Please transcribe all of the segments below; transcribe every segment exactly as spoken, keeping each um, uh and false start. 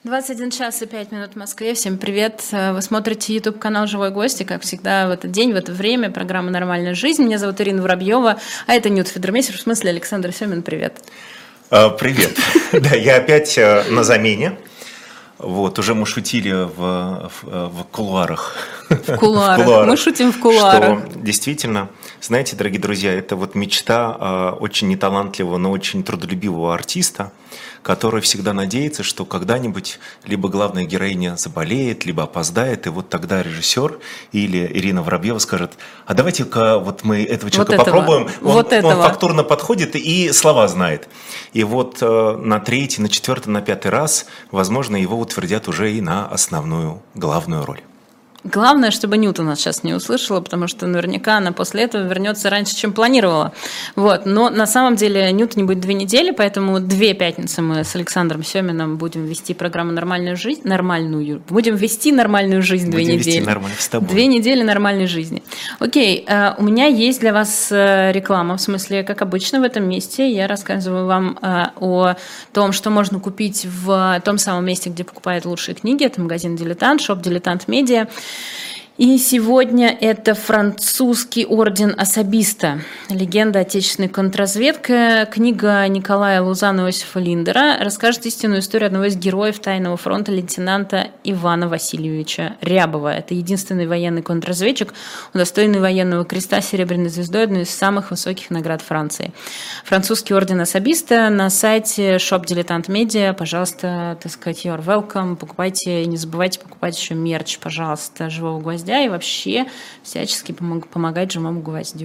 двадцать один час и пять минут в Москве. Всем привет. Вы смотрите YouTube-канал «Живой гость». И, как всегда, в этот день, в это время программа «Нормальная жизнь». Меня зовут Ирина Воробьева, а это Ньют Федермейстер, в смысле Александр Семин. Привет. Привет. Да, я опять на замене. Вот, уже мы шутили в, в, в кулуарах. В кулуарах. В кулуарах. Мы шутим в кулуарах. Что действительно, знаете, дорогие друзья, это вот мечта э, очень неталантливого, но очень трудолюбивого артиста, который всегда надеется, что когда-нибудь либо главная героиня заболеет, либо опоздает, и вот тогда режиссер или Ирина Воробьева скажет: а давайте-ка вот мы этого человека вот попробуем. Этого. Он, вот он фактурно подходит и слова знает. И вот э, на третий, на четвертый, на пятый раз, возможно, его утвердят уже и на основную главную роль. Главное, чтобы Ньюта нас сейчас не услышала, потому что наверняка она после этого вернется раньше, чем планировала. Вот. Но на самом деле Ньюта не будет две недели, поэтому две пятницы мы с Александром Семиным будем вести программу «Нормальную жизнь». Нормальную. Будем вести нормальную жизнь две будем недели. Вести нормально с тобой. Две недели нормальной жизни. Окей, у меня есть для вас реклама, в смысле, как обычно в этом месте я рассказываю вам о том, что можно купить в том самом месте, где покупают лучшие книги. Это магазин «Дилетант», шоп «Дилетант Медиа». И сегодня это французский орден особиста, легенда отечественной контрразведки. Книга Николая Лузанова и Иосифа Линдера расскажет истинную историю одного из героев Тайного фронта, лейтенанта Ивана Васильевича Рябова. Это единственный военный контрразведчик, удостоенный военного креста с серебряной звездой, одной из самых высоких наград Франции. Французский орден особиста на сайте шоп Дилетант Медиа. Пожалуйста, так сказать, you're welcome. Покупайте и не забывайте покупать еще мерч, пожалуйста, «Живого гвоздя». И вообще всячески помог, помогать «Живому гвоздю».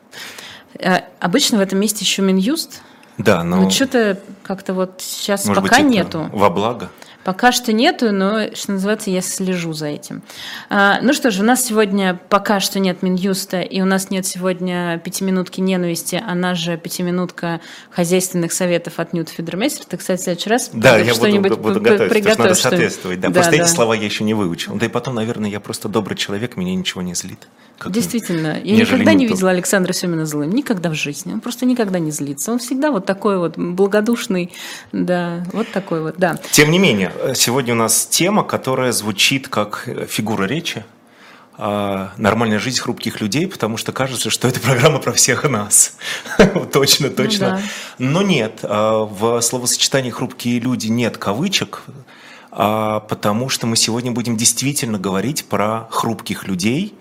Обычно в этом месте еще Минюст. Да, но... но что-то как-то вот сейчас может пока быть, нету. Во благо? Пока что нету, но, что называется, я слежу за этим. А, ну что ж, у нас сегодня пока что нет Минюста, и у нас нет сегодня пятиминутки ненависти, она же пятиминутка хозяйственных советов от Ньюта Федермейстера. Ты, кстати, в следующий раз да, я что-нибудь буду, буду готовить, приготовишь. Надо соответствовать. Да. Да, Просто да. эти слова я еще не выучил. Да и потом, наверное, я просто добрый человек, меня ничего не злит. Как Действительно, я никогда не видела Александра Семина злым, никогда в жизни. Он просто никогда не злится. Он всегда вот такой вот благодушный, да, вот такой вот, да. Тем не менее, сегодня у нас тема, которая звучит как фигура речи. Нормальная жизнь хрупких людей, потому что кажется, что это программа про всех нас. Точно, точно. Но нет, в словосочетании «хрупкие люди» нет кавычек, потому что мы сегодня будем действительно говорить про хрупких людей.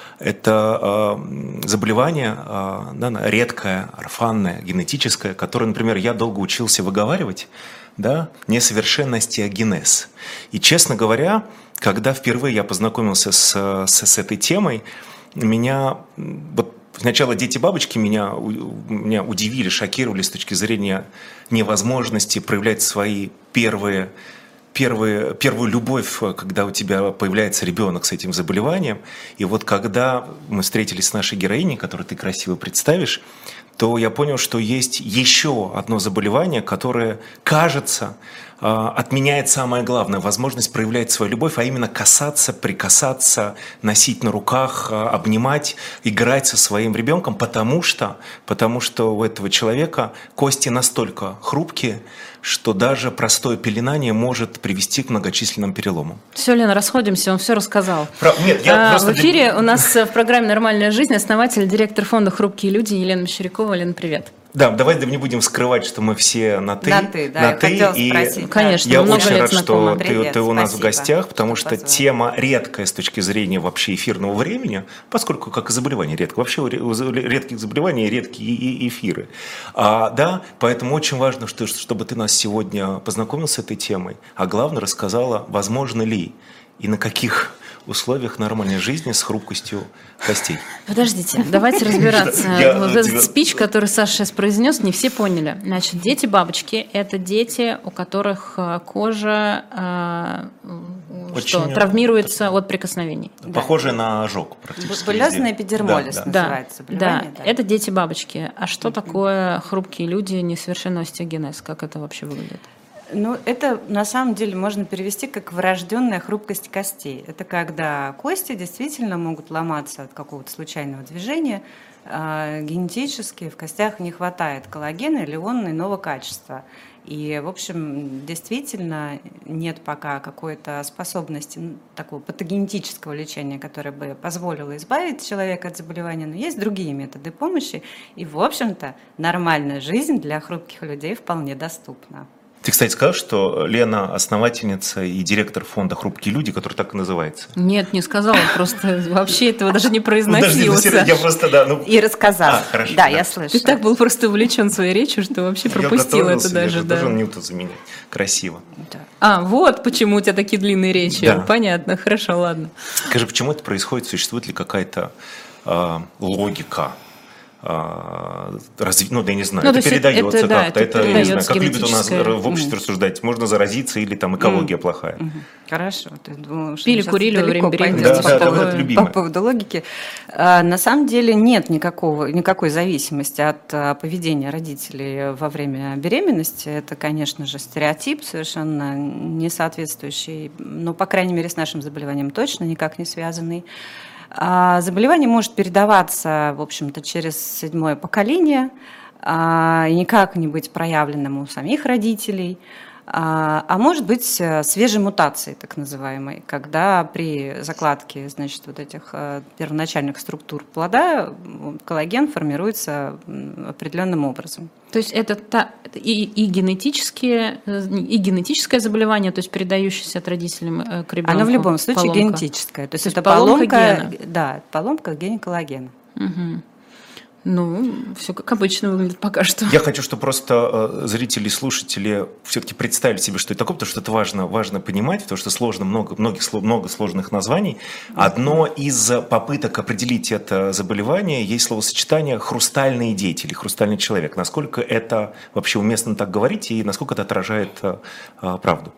Это э, заболевание э, да, редкое, орфанное, генетическое, которое, например, я долго учился выговаривать, да, несовершенностиогенез. И, честно говоря, когда впервые я познакомился с, с, с этой темой, меня вот сначала дети-бабочки меня, меня удивили, шокировали с точки зрения невозможности проявлять свои первые Первые, первую любовь, когда у тебя появляется ребенок с этим заболеванием. И вот когда мы встретились с нашей героиней, которую ты красиво представишь, то я понял, что есть еще одно заболевание, которое, кажется, отменяет самое главное – возможность проявлять свою любовь, а именно касаться, прикасаться, носить на руках, обнимать, играть со своим ребенком, потому что, потому что у этого человека кости настолько хрупкие, что даже простое пеленание может привести к многочисленным переломам. Все, Лена, расходимся, он все рассказал. Про... Нет, я а, просто... В эфире у нас в программе «Нормальная жизнь» основатель, директор фонда «Хрупкие люди» Елена Мещерякова. Лена, привет. Да, давай не будем скрывать, что мы все на «ты». На «ты», да, на я ты, хотела и спросить. Конечно, я много очень лет рад, знакома. что Привет, ты, ты у нас спасибо, в гостях, потому что, что тема редкая с точки зрения вообще эфирного времени, поскольку, как и заболевание редко, вообще у редких заболеваний редкие эфиры. А, да, поэтому очень важно, что, чтобы ты нас сегодня познакомил с этой темой, а главное рассказала, возможно ли и на каких условиях нормальной жизни с хрупкостью костей. Подождите, давайте разбираться. Вот этот спич, который Саша сейчас произнес, не все поняли. Значит, дети-бабочки – это дети, у которых кожа что, травмируется от прикосновений. Похоже на ожог практически. Булезный эпидермолиз называется. Да, это дети-бабочки. А что такое хрупкие люди, несовершенный остеогенез? Как это вообще выглядит? Ну, это на самом деле можно перевести как врожденная хрупкость костей. Это когда кости действительно могут ломаться от какого-то случайного движения. А генетически в костях не хватает коллагена или ионного качества. И, в общем, действительно нет пока какой-то способности такого патогенетического лечения, которое бы позволило избавить человека от заболевания, но есть другие методы помощи, и, в общем-то, нормальная жизнь для хрупких людей вполне доступна. Ты, кстати, сказал, что Лена основательница и директор фонда «Хрупкие люди», который так и называется. Нет, не сказала, просто вообще этого даже не произносила. Я просто, да. Ну... И рассказала. А, хорошо, да, да, я слышала. Ты так был просто увлечен своей речью, что вообще пропустил это даже. Я должен Ньютон заменять. Красиво. Да. А, вот почему у тебя такие длинные речи. Да. Понятно, хорошо, ладно. Скажи, почему это происходит? Существует ли какая-то э, логика? Разви... Ну, да, я не знаю, ну, это передается это, как-то, да, это, это не знаю, как любят у нас в обществе mm. рассуждать, можно заразиться или там экология mm. плохая. Mm-hmm. Хорошо. Ты думала, что пили, курили во время беременности. Да, по, да, поводу, да, по поводу логики. А, на самом деле нет никакого, никакой зависимости от а, поведения родителей во время беременности. Это, конечно же, стереотип, совершенно не соответствующий, но, по крайней мере, с нашим заболеванием точно никак не связанный. Заболевание может передаваться, в общем-то, через седьмое поколение, и никак не быть проявленным у самих родителей, а может быть свежей мутацией, так называемой, когда при закладке, значит, вот этих первоначальных структур плода коллаген формируется определенным образом. То есть это та, и, и, генетические, и генетическое заболевание, то есть передающееся от родителей к ребенку. Оно в любом случае поломка. Генетическое. То есть, то это есть поломка, поломка гена. Да, поломка гена коллагена. Угу. Ну, все как обычно выглядит пока что. Я хочу, чтобы просто э, зрители и слушатели все-таки представили себе, что это такое, потому что это важно, важно понимать, потому что сложно, много, многих, много сложных названий. Одно из попыток определить это заболевание есть словосочетание «хрустальные дети» или «хрустальный человек». Насколько это вообще уместно так говорить и насколько это отражает э, э, правду?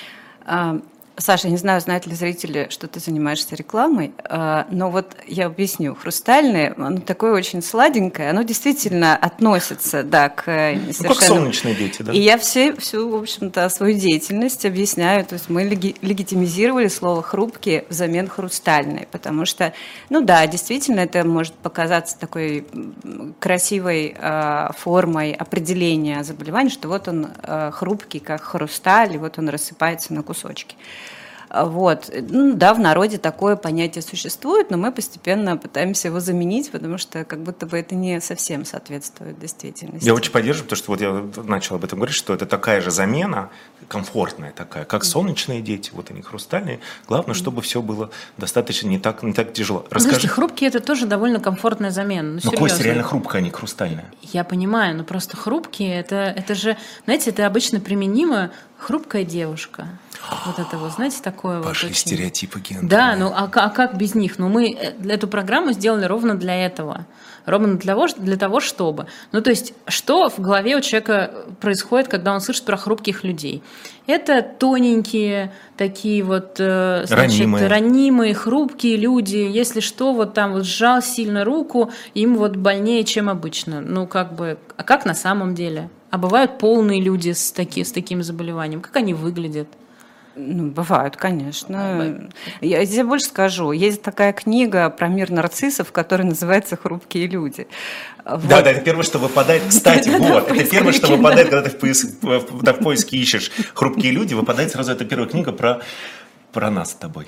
Саша, я не знаю, знают ли зрители, что ты занимаешься рекламой, но вот я объясню. Хрустальное, оно такое очень сладенькое, оно действительно относится, да, к несовершенному. Ну, как солнечные дети, да. И я все, всю, в общем-то, свою деятельность объясняю, то есть мы леги- легитимизировали слово «хрупкие» взамен «хрустальные», потому что, ну да, действительно, это может показаться такой красивой э, формой определения заболевания, что вот он э, хрупкий, как хрусталь, и вот он рассыпается на кусочки. Вот. Ну, да, в народе такое понятие существует, но мы постепенно пытаемся его заменить, потому что как будто бы это не совсем соответствует действительности. Я очень поддерживаю, потому что вот я начал об этом говорить, что это такая же замена, комфортная такая, как солнечные дети, вот они хрустальные. Главное, чтобы все было достаточно не так, не так тяжело. Расскажи. Слушайте, хрупкие – это тоже довольно комфортная замена. Ну, но кость реально хрупкая, а не хрустальная. Я понимаю, но просто хрупкие – это, это же, знаете, это обычно применимо хрупкая девушка. Вот это вот, знаете, такое Пошли вот. Пошли стереотипы гендерные. Да, ну а, а как без них? Ну мы эту программу сделали ровно для этого. Ровно для того, для того, чтобы. Ну то есть, что в голове у человека происходит, когда он слышит про хрупких людей? Это тоненькие, такие вот, значит, ранимые. ранимые, хрупкие люди. Если что, вот там вот сжал сильно руку, им вот больнее, чем обычно. Ну как бы, а как на самом деле? А бывают полные люди с, таки, с таким заболеванием. Как они выглядят? Ну, бывают, конечно. Я, я тебе больше скажу. Есть такая книга про мир нарциссов, которая называется «Хрупкие люди». Вот. Да, да, это первое, что выпадает. Кстати, вот, это первое, что выпадает, когда ты в, поиск, в, в поиске ищешь «Хрупкие люди», выпадает сразу эта первая книга про, про нас с тобой.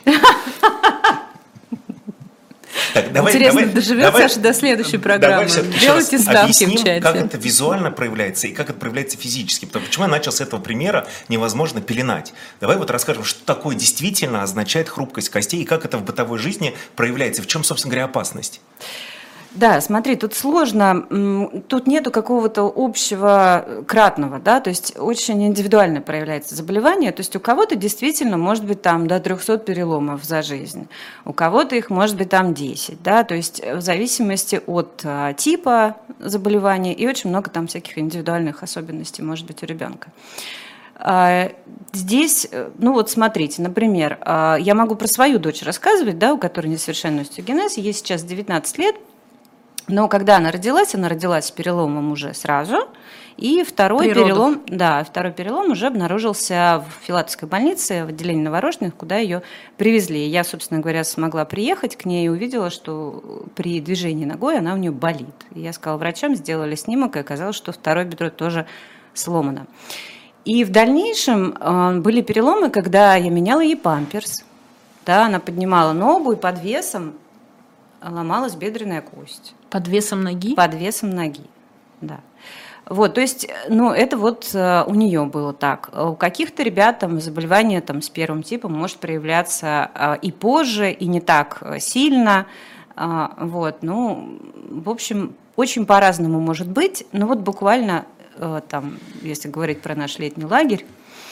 Так, давай, Интересно, давай, доживет давай, Саша до следующей программы. Делайте ставки объясним, в чате. Как это визуально проявляется и как это проявляется физически. Потому, почему я начал с этого примера «невозможно пеленать». Давай вот расскажем, что такое действительно означает хрупкость костей и как это в бытовой жизни проявляется. В чем, собственно говоря, опасность? Да, смотри, тут сложно, тут нету какого-то общего кратного, да, то есть очень индивидуально проявляется заболевание, то есть у кого-то действительно может быть там до трехсот переломов за жизнь, у кого-то их может быть там десять, да, то есть в зависимости от типа заболевания и очень много там всяких индивидуальных особенностей может быть у ребенка. Здесь, ну вот смотрите, например, я могу про свою дочь рассказывать, да, у которой несовершенный остеогенез, ей сейчас девятнадцать лет, но когда она родилась, она родилась с переломом уже сразу, и второй Природов. перелом, да, второй перелом уже обнаружился в Филатовской больнице, в отделении новорожденных, куда ее привезли. Я, собственно говоря, смогла приехать к ней и увидела, что при движении ногой она у нее болит. И я сказала врачам, сделали снимок, и оказалось, что второе бедро тоже сломано. И в дальнейшем э, были переломы, когда я меняла ей памперс. Да, она поднимала ногу, и под весом ломалась бедренная кость. Под весом ноги? Под весом ноги, да. Вот, то есть, ну, это вот э, у нее было так. У каких-то ребят там заболевание там, с первым типом может проявляться э, и позже, и не так сильно. Э, вот, ну, в общем, очень по-разному может быть. Но вот буквально, э, там, если говорить про наш летний лагерь,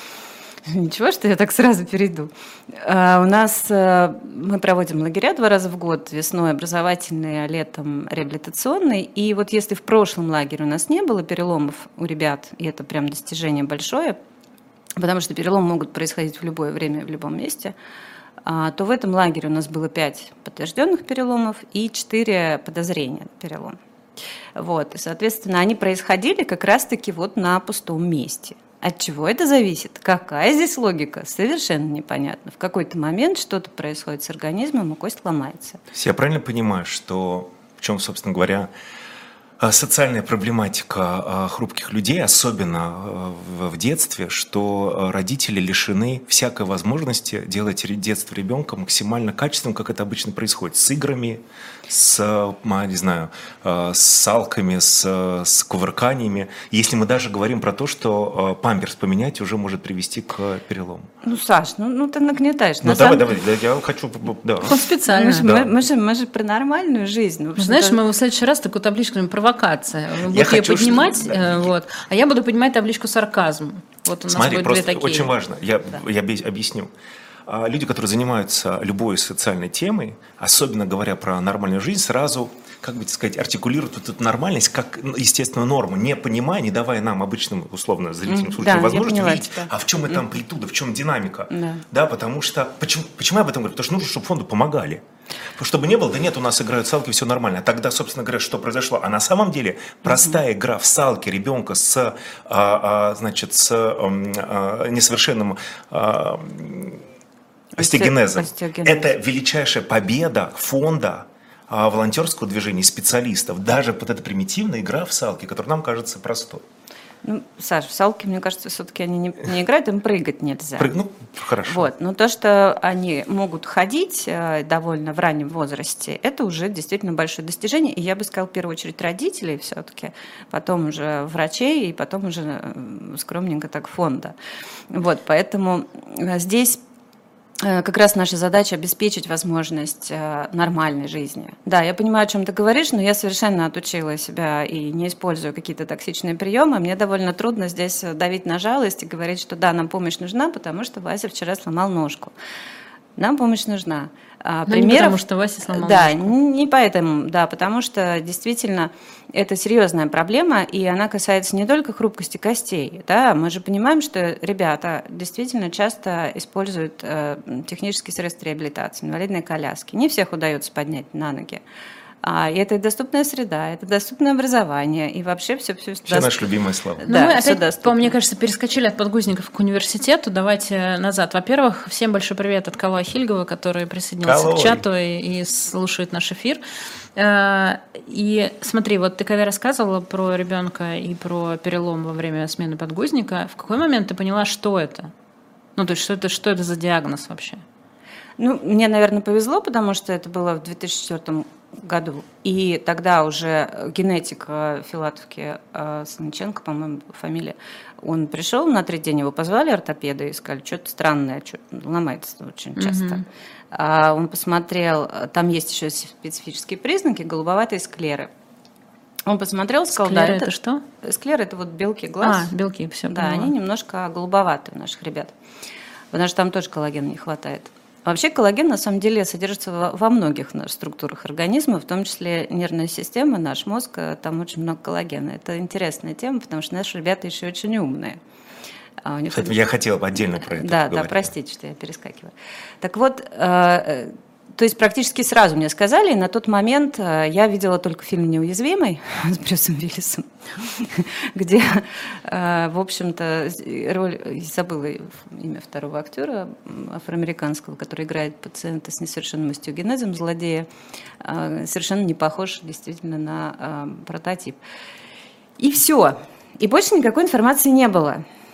ничего, что я так сразу перейду. Uh, у нас uh, мы проводим лагеря два раза в год, весной образовательный, а летом реабилитационный. И вот если в прошлом лагере у нас не было переломов у ребят, и это прям достижение большое, потому что переломы могут происходить в любое время, в любом месте, uh, то в этом лагере у нас было пять подтвержденных переломов и четыре подозрения на перелом. Вот, и, соответственно, они происходили как раз-таки вот на пустом месте. От чего это зависит? Какая здесь логика? Совершенно непонятно. В какой-то момент что-то происходит с организмом, и кость ломается. То есть я правильно понимаю, что в чем, собственно говоря, социальная проблематика хрупких людей, особенно в детстве, что родители лишены всякой возможности делать детство ребенка максимально качественным, как это обычно происходит, с играми, с, не знаю, с салками, с, с кувырканиями. Если мы даже говорим про то, что памперс поменять уже может привести к перелому. Ну, Саш, ну, ну ты нагнетаешь. Ну, давай, давай, я хочу... Да. Он специально. Мы же, да. мы, мы, же, мы же про нормальную жизнь. Ну, знаешь, мы в следующий раз такую табличку провокация. Вы будете ее хочу, поднимать, что... да. вот, а я буду поднимать табличку сарказм. Вот у нас Смотри, будет просто две такие. очень важно, я, да. я объясню. Люди, которые занимаются любой социальной темой, особенно говоря про нормальную жизнь, сразу, как бы сказать, артикулируют вот эту нормальность как естественную норму, не понимая, не давая нам, обычным, условно, зрителям, слушателям, да, возможность увидеть, тебя. а в чем эта амплитуда, в чем динамика. Да, да потому что, почему, почему я об этом говорю? Потому что нужно, чтобы фонду помогали. Чтобы не было, да нет, у нас играют в салки, все нормально. А тогда, собственно говоря, что произошло? А на самом деле простая игра в салки ребенка с, а, а, значит, с а, несовершенным а, остеогенезом, это величайшая победа фонда а, волонтерского движения, специалистов. Даже вот эта примитивная игра в салки, которая нам кажется простой. Ну, Саш, в салки, мне кажется, все-таки они не, не играют, им прыгать нельзя. Прыг... Ну, хорошо. Вот. Но то, что они могут ходить э, довольно в раннем возрасте, это уже действительно большое достижение. И я бы сказала, в первую очередь, родителей все-таки, потом уже врачей, и потом уже э, скромненько так фонда. Вот. Поэтому э, здесь как раз наша задача обеспечить возможность нормальной жизни. Да, я понимаю, о чем ты говоришь, но я совершенно отучила себя и не использую какие-то токсичные приемы. Мне довольно трудно здесь давить на жалость и говорить, что да, нам помощь нужна, потому что Вася вчера сломал ножку. Нам помощь нужна. Но примеров, не потому что Вася сломал Да, ножку. Не поэтому, да, потому что действительно это серьезная проблема, и она касается не только хрупкости костей. Да, мы же понимаем, что ребята действительно часто используют э, технические средства реабилитации, инвалидные коляски. Не всех удается поднять на ноги. А, и это доступная среда, это доступное образование, и вообще все все. Все доступ... наши любимые слова. Ну, да, мы опять, по, мне кажется, перескочили от подгузников к университету. Давайте назад. Во-первых, всем большой привет от Калла Хильгова, который присоединился Калой. к чату и, и слушает наш эфир. И смотри, вот ты когда рассказывала про ребенка и про перелом во время смены подгузника, в какой момент ты поняла, что это? Ну, то есть, что это, что это за диагноз вообще? Ну, мне, наверное, повезло, потому что это было в две тысячи четвёртом году. И тогда уже генетик Филатовки, Саныченко, по-моему, фамилия, он пришел на третий день, его позвали ортопеды и сказали, что-то странное, что-то ломается очень часто. Mm-hmm. Он посмотрел, там есть еще специфические признаки голубоватой склеры. Он посмотрел, сказал, склера да, это, это что? Склера это вот белки глаз. А, белки, все. Да, поняла. Они немножко голубоватые у наших ребят, потому что там тоже коллагена не хватает. Вообще коллаген на самом деле содержится во, во многих структурах организма, в том числе нервная система, наш мозг, там очень много коллагена. Это интересная тема, потому что наши ребята еще очень умные. А у них... Кстати, я хотела отдельно про это Да, поговорить. Да, простите, что я перескакиваю. Так вот, э, то есть практически сразу мне сказали, и на тот момент я видела только фильм «Неуязвимый» с Брюсом Уиллисом, где, в общем-то, роль, забыла имя второго актера афроамериканского, который играет пациента с несовершенным остеогенезом, злодея, совершенно не похож действительно на прототип. И все. И больше никакой информации не было.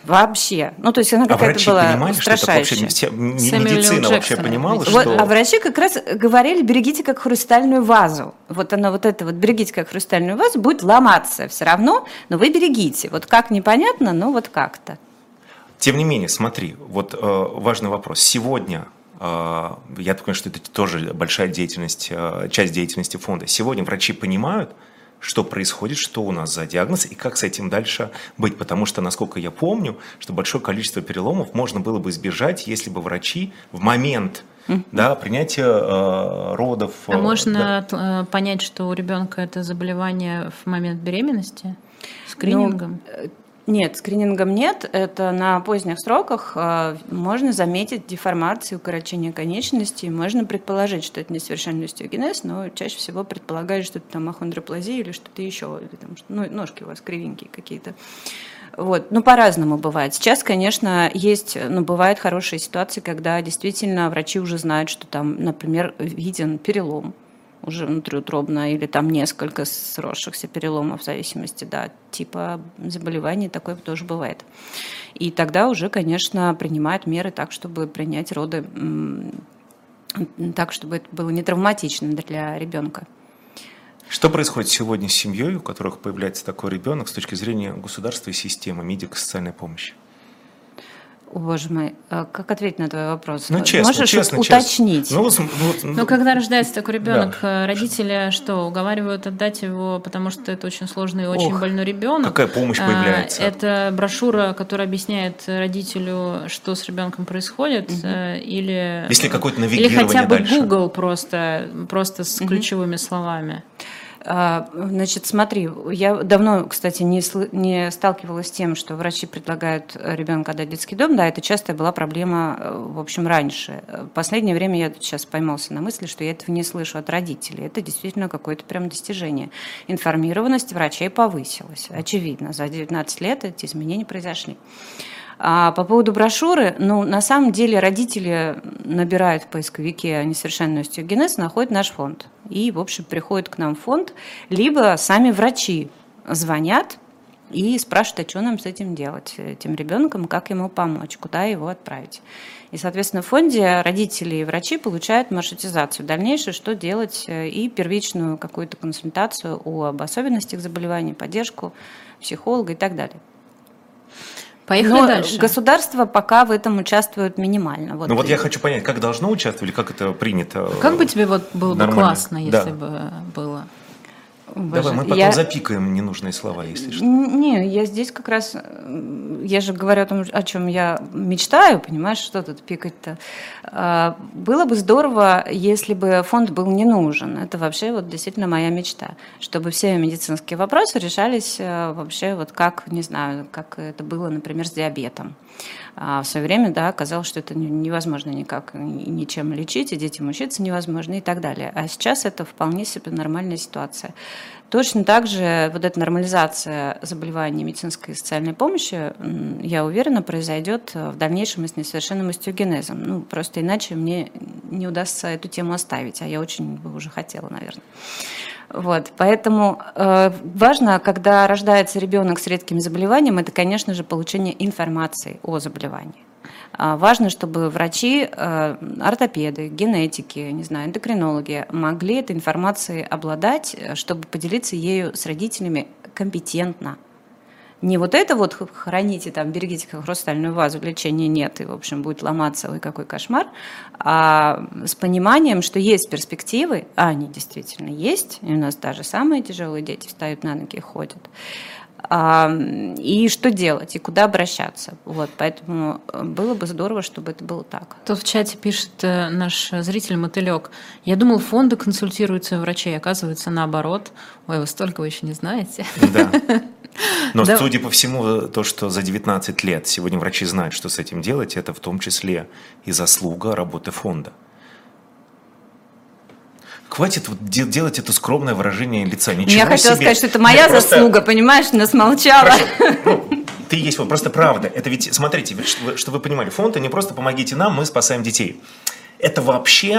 Вообще. Ну, то есть она а какая-то врачи была понимали, что это вообще устрашающая. медицина вообще понимала, вот, что... А врачи как раз говорили, берегите как хрустальную вазу. Вот она вот это вот, берегите как хрустальную вазу, будет ломаться все равно, но вы берегите. Вот как непонятно, но вот как-то. Тем не менее, смотри, вот э, важный вопрос. Сегодня, э, я так понимаю, что это тоже большая деятельность, э, часть деятельности фонда. Сегодня врачи понимают, что происходит, что у нас за диагноз и как с этим дальше быть. Потому что, насколько я помню, что большое количество переломов можно было бы избежать, если бы врачи в момент mm-hmm. да, принятия э, родов... А э, можно да. понять, что у ребенка это заболевание в момент беременности? Скринингом? Ну, нет, скринингом нет. Это на поздних сроках э, можно заметить деформацию, укорочение конечностей. Можно предположить, что это несовершенный остеогенез, но чаще всего предполагают, что это там ахондроплазия или что-то еще. Или, там, ну, ножки у вас кривенькие какие-то. Вот. Ну, по-разному бывает. Сейчас, конечно, есть, ну, бывают хорошие ситуации, когда действительно врачи уже знают, что там, например, виден перелом уже внутриутробно, или там несколько сросшихся переломов в зависимости, да, типа заболеваний, такое тоже бывает. И тогда уже, конечно, принимают меры так, чтобы принять роды так, чтобы это было не травматично для ребенка. Что происходит сегодня с семьей, у которых появляется такой ребенок с точки зрения государства и системы медико-социальной помощи? О, боже мой, как ответить на твой вопрос? Ну, честно, Можешь честно, уточнить? Честно. Ну, ну, ну, ну, когда рождается такой ребенок, да. родители что, уговаривают отдать его, потому что это очень сложный и очень Ох, больной ребенок? Какая помощь появляется? Это брошюра, которая объясняет родителю, что с ребенком происходит, угу. или, Если какое-то навигирование или хотя бы дальше. Google просто, просто с угу. ключевыми словами. Значит, смотри, я давно, кстати, не, не сталкивалась с тем, что врачи предлагают ребенка отдать в детский дом. Да, это частая была проблема, в общем, раньше. В последнее время я сейчас поймался на мысли, что я этого не слышу от родителей. Это действительно какое-то прям достижение. Информированность врачей повысилась. Очевидно, за девятнадцать лет эти изменения произошли. А по поводу брошюры, ну, на самом деле родители набирают в поисковике несовершенный остеогенез, находят наш фонд. И, в общем, приходят к нам в фонд, либо сами врачи звонят и спрашивают, а что нам с этим делать, этим ребенком, как ему помочь, куда его отправить. И, соответственно, в фонде родители и врачи получают маршрутизацию дальнейшую, что делать, и первичную какую-то консультацию об особенностях заболевания, поддержку психолога и так далее. Поехали Но дальше. Государство пока в этом участвует минимально. Вот. Ну вот я хочу понять, как должно участвовать, или как это принято? Как бы тебе вот было нормально? бы классно, если да. бы было? Боже, Давай, мы потом я... запикаем ненужные слова, если что. Не, я здесь как раз, я же говорю о том, о чем я мечтаю, понимаешь, что тут пикать-то. Было бы здорово, если бы фонд был не нужен. Это вообще вот действительно моя мечта, чтобы все медицинские вопросы решались вообще вот как, не знаю, как это было, например, с диабетом. А в свое время, да, оказалось, что это невозможно никак ничем лечить, и детям учиться невозможно и так далее. А сейчас это вполне себе нормальная ситуация. Точно так же вот эта нормализация заболеваний медицинской и социальной помощи, я уверена, произойдет в дальнейшем и с несовершенным остеогенезом. Ну, просто иначе мне не удастся эту тему оставить, а я очень бы уже хотела, наверное. Вот, поэтому э, важно, когда рождается ребенок с редким заболеванием, это, конечно же, получение информации о заболевании. А важно, чтобы врачи, э, ортопеды, генетики, не знаю, эндокринологи могли этой информацией обладать, чтобы поделиться ею с родителями компетентно. Не вот это вот храните, там, берегите как хрустальную вазу, лечения нет, и, в общем, будет ломаться, ой, какой кошмар, а с пониманием, что есть перспективы, а они действительно есть, и у нас даже самые тяжелые дети встают на ноги и ходят, а, и что делать, и куда обращаться. Вот, поэтому было бы здорово, чтобы это было так. Тут в чате пишет наш зритель Мотылек. Я думал, фонды консультируются врачей, оказывается, наоборот. Ой, вы столько вы еще не знаете. Да. Но, да. Судя по всему, то, что за девятнадцать лет сегодня врачи знают, что с этим делать, это в том числе и заслуга работы фонда. Хватит вот делать это скромное выражение лица. Ничего Я хотела себе. сказать, что это моя Нет, заслуга, просто... понимаешь, но смолчала. Ну, ты есть, вот просто правда. Это ведь, смотрите, что вы, что вы понимали, фонд, не просто помогите нам, мы спасаем детей. Это вообще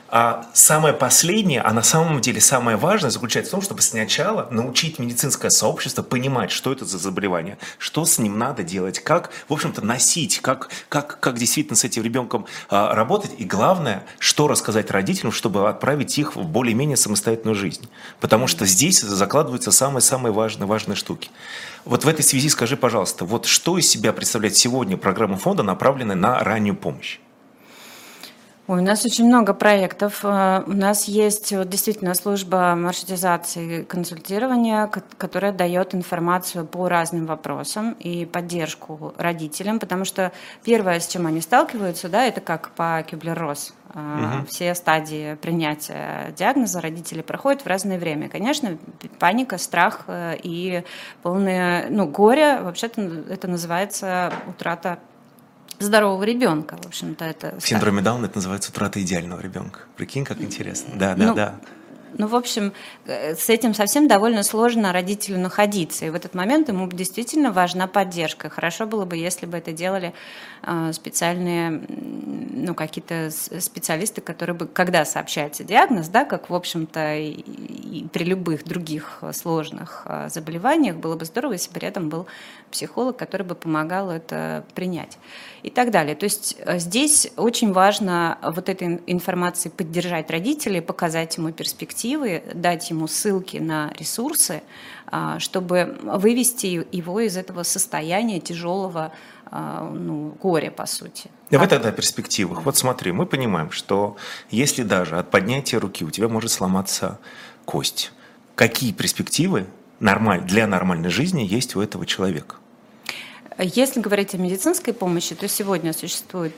А самое последнее, а на самом деле самое важное заключается в том, чтобы сначала научить медицинское сообщество понимать, что это за заболевание, что с ним надо делать, как, в общем-то, носить, как, как, как действительно с этим ребенком а, работать. И главное, что рассказать родителям, чтобы отправить их в более-менее самостоятельную жизнь. Потому что здесь закладываются самые-самые важные, важные штуки. Вот в этой связи скажи, пожалуйста, вот что из себя представляет сегодня программа фонда, направленная на раннюю помощь? Ой, у нас очень много проектов. У нас есть вот, действительно служба маршрутизации и консультирования, которая дает информацию по разным вопросам и поддержку родителям, потому что первое, с чем они сталкиваются, да, это как по Кюблер-Росс. Угу. Все стадии принятия диагноза родители проходят в разное время. Конечно, паника, страх и полное ну, горе. Вообще-то это называется утрата здорового ребенка, в общем-то, это... В синдроме Дауна это называется утрата идеального ребенка. Прикинь, как интересно. Да, да, ну, да. Ну, в общем, с этим совсем довольно сложно родителю находиться. И в этот момент ему действительно важна поддержка. Хорошо было бы, если бы это делали специальные, ну, какие-то специалисты, которые бы, когда сообщается диагноз, да, как, в общем-то, и, и при любых других сложных заболеваниях, было бы здорово, если бы рядом был психолог, который бы помогал это принять и так далее. То есть здесь очень важно вот этой информацией поддержать родителей, показать ему перспективы, дать ему ссылки на ресурсы, чтобы вывести его из этого состояния тяжелого ну, горя, по сути. Давай тогда о перспективах. Вот смотри, мы понимаем, что если даже от поднятия руки у тебя может сломаться кость, какие перспективы нормаль... для нормальной жизни есть у этого человека? Если говорить о медицинской помощи, то сегодня существует,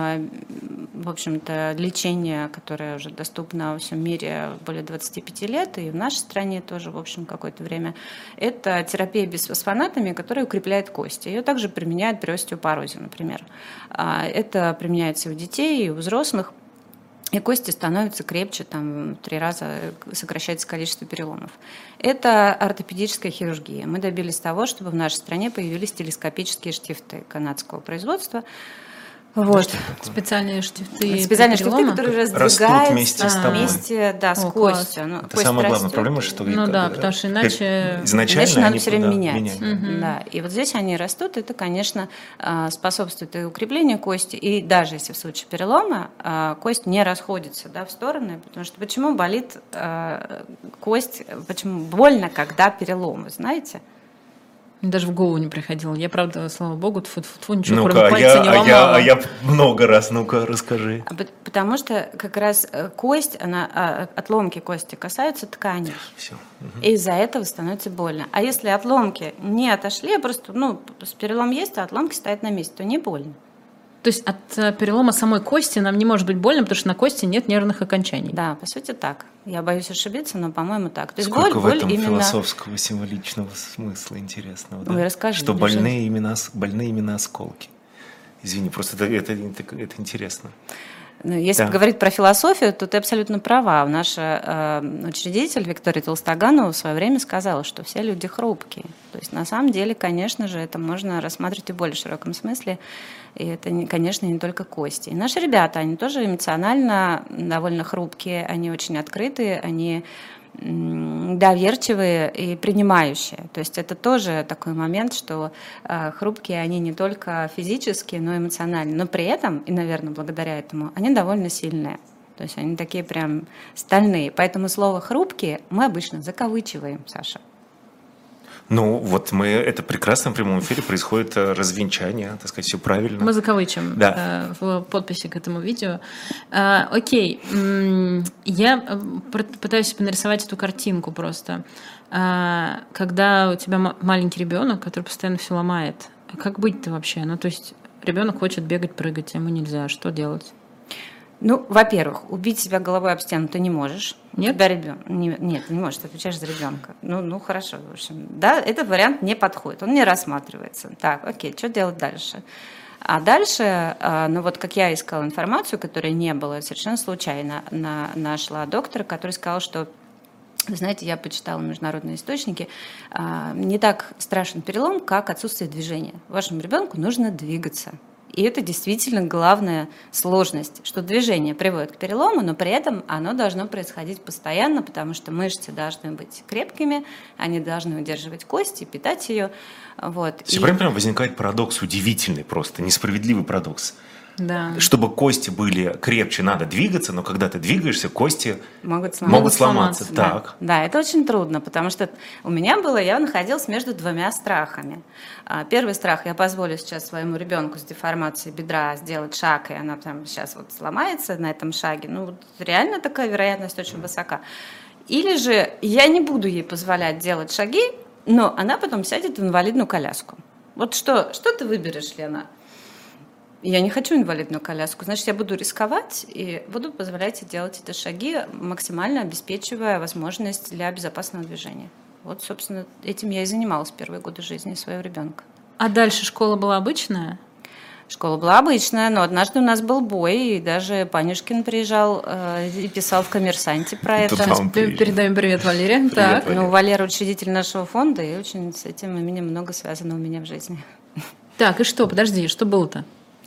в общем-то, лечение, которое уже доступно во всем мире более двадцати пяти лет, и в нашей стране тоже, в общем, какое-то время. Это терапия бисфосфонатами, которая укрепляет кости. Ее также применяют при остеопорозе, например. Это применяется и у детей, и у взрослых. И кости становятся крепче, там, в три раза сокращается количество переломов. Это ортопедическая хирургия. Мы добились того, чтобы в нашей стране появились телескопические штифты канадского производства. Вот. Специальные штифты. Специальные штифты, которые раздвигаются вместе с тобой. Вместе, да, с О, костью. Ну, это самая главная проблема, что ну да, потому что иначе изначально иначе надо они все время да, менять. менять. Угу. Да. И вот здесь они растут, это, конечно, способствует и укреплению кости, и даже если в случае перелома кость не расходится, да, в стороны, потому что почему болит кость, почему больно, когда перелом, вы знаете? Даже в голову не приходило. Я, правда, слава богу, тьфу-тьфу, ничего Ну-ка, кроме а пальца я, не а ломала. я, а я много раз, ну-ка, расскажи. Потому что как раз кость, она, отломки кости касаются тканей. Все. И из-за этого становится больно. А если отломки не отошли, просто, ну, перелом есть, а отломки стоят на месте, то не больно. То есть от перелома самой кости нам не может быть больно, потому что на кости нет нервных окончаний. Да, по сути так. Я боюсь ошибиться, но, по-моему, так. То есть Сколько боль, в боль этом именно... философского, символичного смысла интересного, да? Ой, расскажи, что мне, больные именно, больные именно осколки. Извини, просто это, это, это, это интересно. Ну, если да. говорить про философию, то ты абсолютно права. Наша э, учредитель Виктория Толстоганова в свое время сказала, что все люди хрупкие. То есть на самом деле, конечно же, это можно рассматривать и в более широком смысле. И это, конечно, не только кости. И наши ребята, они тоже эмоционально довольно хрупкие, они очень открытые, они доверчивые и принимающие. То есть это тоже такой момент, что э, хрупкие они не только физически, но и эмоционально. Но при этом, и, наверное, благодаря этому, они довольно сильные. То есть они такие прям стальные. Поэтому слово «хрупкие» мы обычно закавычиваем, Саша. Ну, вот мы, это прекрасно в прямом эфире происходит развенчание, так сказать, все правильно. Мы закавычим да. э, в подписи к этому видео. Э, окей, я пытаюсь себе нарисовать эту картинку просто. Э, когда у тебя маленький ребенок, который постоянно все ломает, как быть-то вообще? Ну, то есть ребенок хочет бегать, прыгать, а ему нельзя. Что делать? Ну, во-первых, убить себя головой об стену ты не можешь. Нет? Когда ребенок... не, нет, не можешь, ты отвечаешь за ребенка. Ну, ну, хорошо, в общем. Да, этот вариант не подходит, он не рассматривается. Так, окей, что делать дальше? А дальше, ну вот как я искала информацию, которой не было, совершенно случайно на, нашла доктора, который сказал, что, вы знаете, я почитала международные источники, не так страшен перелом, как отсутствие движения. Вашему ребенку нужно двигаться. И это действительно главная сложность, что движение приводит к перелому, но при этом оно должно происходить постоянно, потому что мышцы должны быть крепкими, они должны удерживать кость и питать ее. Вот. Все и... прям, прям возникает парадокс удивительный просто, несправедливый парадокс. Да. Чтобы кости были крепче, надо двигаться, но когда ты двигаешься, кости могут сломаться. Могут сломаться. Да. Так. Да, это очень трудно, потому что у меня было, я находилась между двумя страхами. Первый страх: я позволю сейчас своему ребенку с деформацией бедра сделать шаг, и она там сейчас вот сломается на этом шаге. Ну, вот реально такая вероятность очень высока. Или же я не буду ей позволять делать шаги, но она потом сядет в инвалидную коляску. Вот что, что ты выберешь, Лена? Я не хочу инвалидную коляску, значит, я буду рисковать и буду позволять ей делать эти шаги, максимально обеспечивая возможность для безопасного движения. Вот, собственно, этим я и занималась первые годы жизни своего ребенка. А дальше школа была обычная? Школа была обычная, но однажды у нас был бой, и даже Панюшкин приезжал э, и писал в «Коммерсанте» про это. Передаем привет, Валерия. Привет, так. Валерия. Ну, Валера учредитель нашего фонда, и очень с этим именем много связано у меня в жизни. Так, и что? Подожди, что было-то?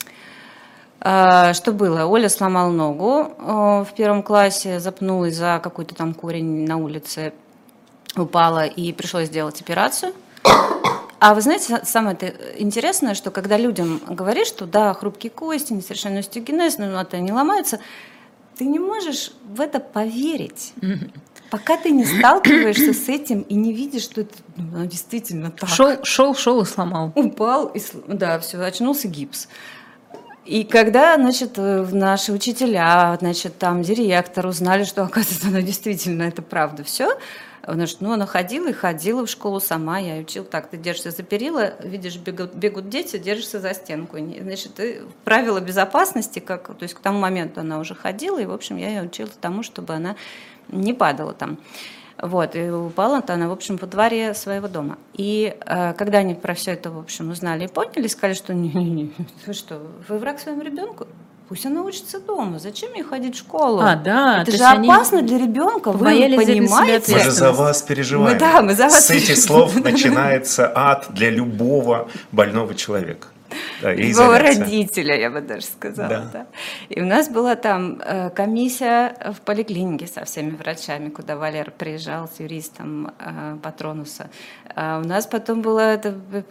Что было? Оля сломала ногу в первом классе, запнулась за какой-то там корень на улице, упала, и пришлось сделать операцию. А вы знаете, самое интересное, что когда людям говоришь, что да, хрупкие кости, несовершенный остеогенез, но это не ломается, ты не можешь в это поверить, пока ты не сталкиваешься с этим и не видишь, что это ну, действительно так. Шел, шел, шел и сломал. Упал, и, да, все, очнулся гипс. И когда, значит, наши учителя, значит, там директор узнали, что, оказывается, она действительно, это правда все, значит, ну, она ходила и ходила в школу сама, я учила так: ты держишься за перила, видишь, бегут, бегут дети, держишься за стенку. Значит, ты, правила безопасности, как, то есть к тому моменту она уже ходила, и, в общем, я ее учила тому, чтобы она не падала там. Вот, и упала-то она, в общем, во дворе своего дома. И э, когда они про все это, в общем, узнали и поняли, сказали, что не-не-не, вы что, вы враг своему ребенку? Пусть она учится дома, зачем ей ходить в школу? А, да. Это же опасно для ребенка, вы понимаете? Мы же за вас переживаем. Мы, да, мы за вас С этих слов начинается ад для любого больного человека. Да, его родителя, я бы даже сказала. Да. Да. И у нас была там э, комиссия в поликлинике со всеми врачами, куда Валера приезжал с юристом э, Патронуса. А у нас потом была это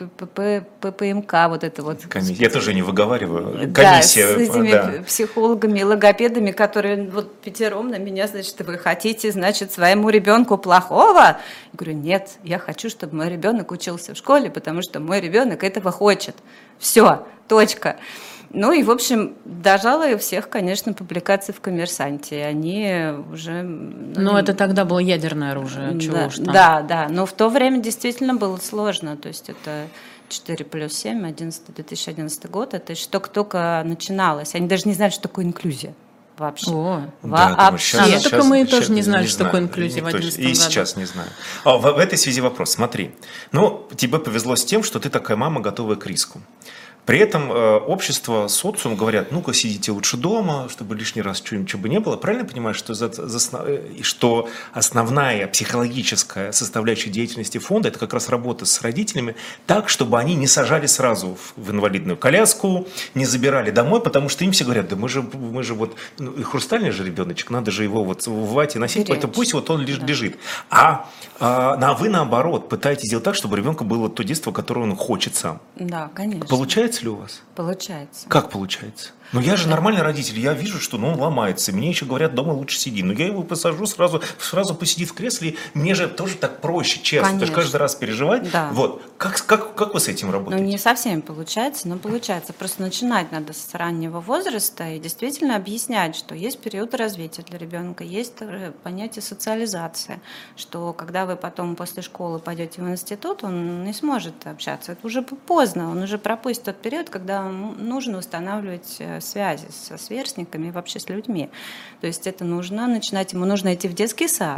ППМК, вот это вот. Комиссия. Я тоже не выговариваю. Комиссия. Да, с этими да. психологами и логопедами, которые вот пятером на меня, значит, вы хотите, значит, своему ребенку плохого? Я говорю, нет, я хочу, чтобы мой ребенок учился в школе, потому что мой ребенок этого хочет. Все, точка. Ну и, в общем, дожала у всех, конечно, публикации в «Коммерсанте». Они уже... Ну, ну это тогда было ядерное оружие. Чего да, уж там. Да, да. Но в то время действительно было сложно. То есть это четыре плюс семь, две тысячи одиннадцатый год. Это еще только-только начиналось. Они даже не знали, что такое инклюзия. Вообще. О, да, вообще. А, ну только мы тоже не знали, что такое инклюзия в одиннадцатом году. И сейчас не знаю. А, в, в этой связи вопрос. Смотри. Ну, тебе повезло с тем, что ты такая мама, готовая к риску. При этом э, общество, социум говорят, ну-ка сидите лучше дома, чтобы лишний раз чего-нибудь бы не было. Правильно понимаешь, что, за, за, что основная психологическая составляющая деятельности фонда – это как раз работа с родителями так, чтобы они не сажали сразу в, в инвалидную коляску, не забирали домой, потому что им все говорят, да мы же, мы же вот, ну, и хрустальный же ребеночек, надо же его вот в вате носить, поэтому пусть вот он лишь да. лежит. А, а, а вы наоборот пытаетесь сделать так, чтобы у ребенка было то детство, которое он хочет сам. Да, конечно. Получается ли у вас? Получается. Как получается? Ну, я же нормальный родитель, я вижу, что ну, он ломается. Мне еще говорят, дома лучше сиди. Но я его посажу, сразу, сразу посидит в кресле. И мне же тоже так проще, честно. Конечно. Ты же каждый раз переживать. Да. Вот. Как, как, как вы с этим работаете? Ну, не совсем получается, но получается. Просто начинать надо с раннего возраста и действительно объяснять, что есть периоды развития для ребенка, есть понятие социализации, что когда вы потом после школы пойдете в институт, он не сможет общаться. Это уже поздно, он уже пропустит тот период, когда нужно устанавливать связи со сверстниками и вообще с людьми. То есть это нужно начинать, ему нужно идти в детский сад,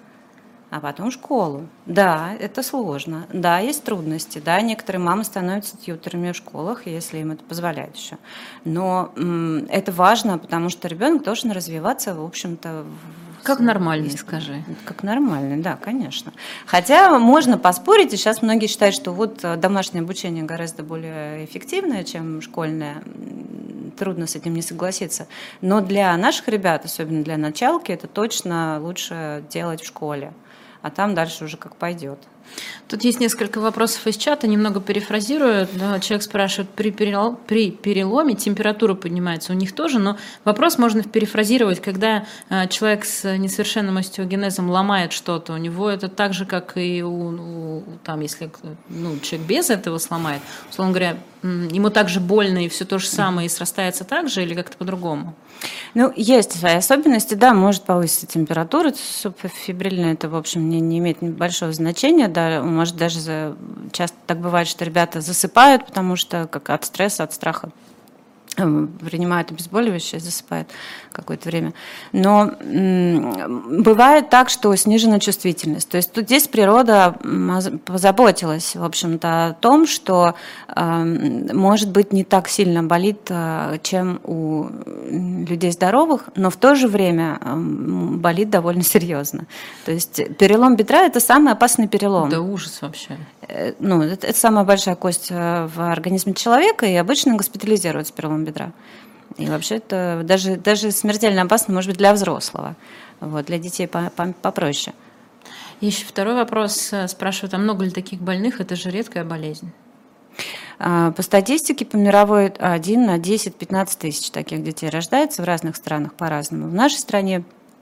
а потом в школу. Да, это сложно, да, есть трудности, да, некоторые мамы становятся тьюторами в школах, если им это позволяет еще. Но м- это важно, потому что ребенок должен развиваться, в общем-то, Как нормальный, скажи. Как нормальный, да, конечно. Хотя можно поспорить, и сейчас многие считают, что вот домашнее обучение гораздо более эффективное, чем школьное. Трудно с этим не согласиться. Но для наших ребят, особенно для началки, это точно лучше делать в школе. А там дальше уже как пойдет. Тут есть несколько вопросов из чата, немного перефразирую. Да, человек спрашивает, при, перелом, при переломе температура поднимается у них тоже, но вопрос можно перефразировать, когда э, человек с несовершенным остеогенезом ломает что-то, у него это так же, как и у, у там, если ну, человек без этого сломает, условно говоря, ему также больно и все то же самое, и срастается так же или как-то по-другому? Ну, есть свои особенности, да, может повыситься температура субфибрильная, это, в общем, не, не имеет большого значения, да, может даже за, часто так бывает, что ребята засыпают, потому что как от стресса, от страха принимают обезболивающее, засыпают какое-то время. Но м, бывает так, что снижена чувствительность. То есть тут здесь природа позаботилась, в общем-то, о том, что, э, может быть, не так сильно болит, э, чем у людей здоровых, но в то же время э, болит довольно серьезно. То есть перелом бедра – это самый опасный перелом. Да ужас вообще. Э, ну, это, это самая большая кость в организме человека, и обычно госпитализируют с переломом бедра. И вообще это даже, даже смертельно опасно, может быть, для взрослого. Вот, для детей попроще. Еще второй вопрос. Спрашивают, а много ли таких больных? Это же редкая болезнь. По статистике по мировой один на десять-пятнадцать тысяч таких детей рождается в разных странах по-разному. В нашей стране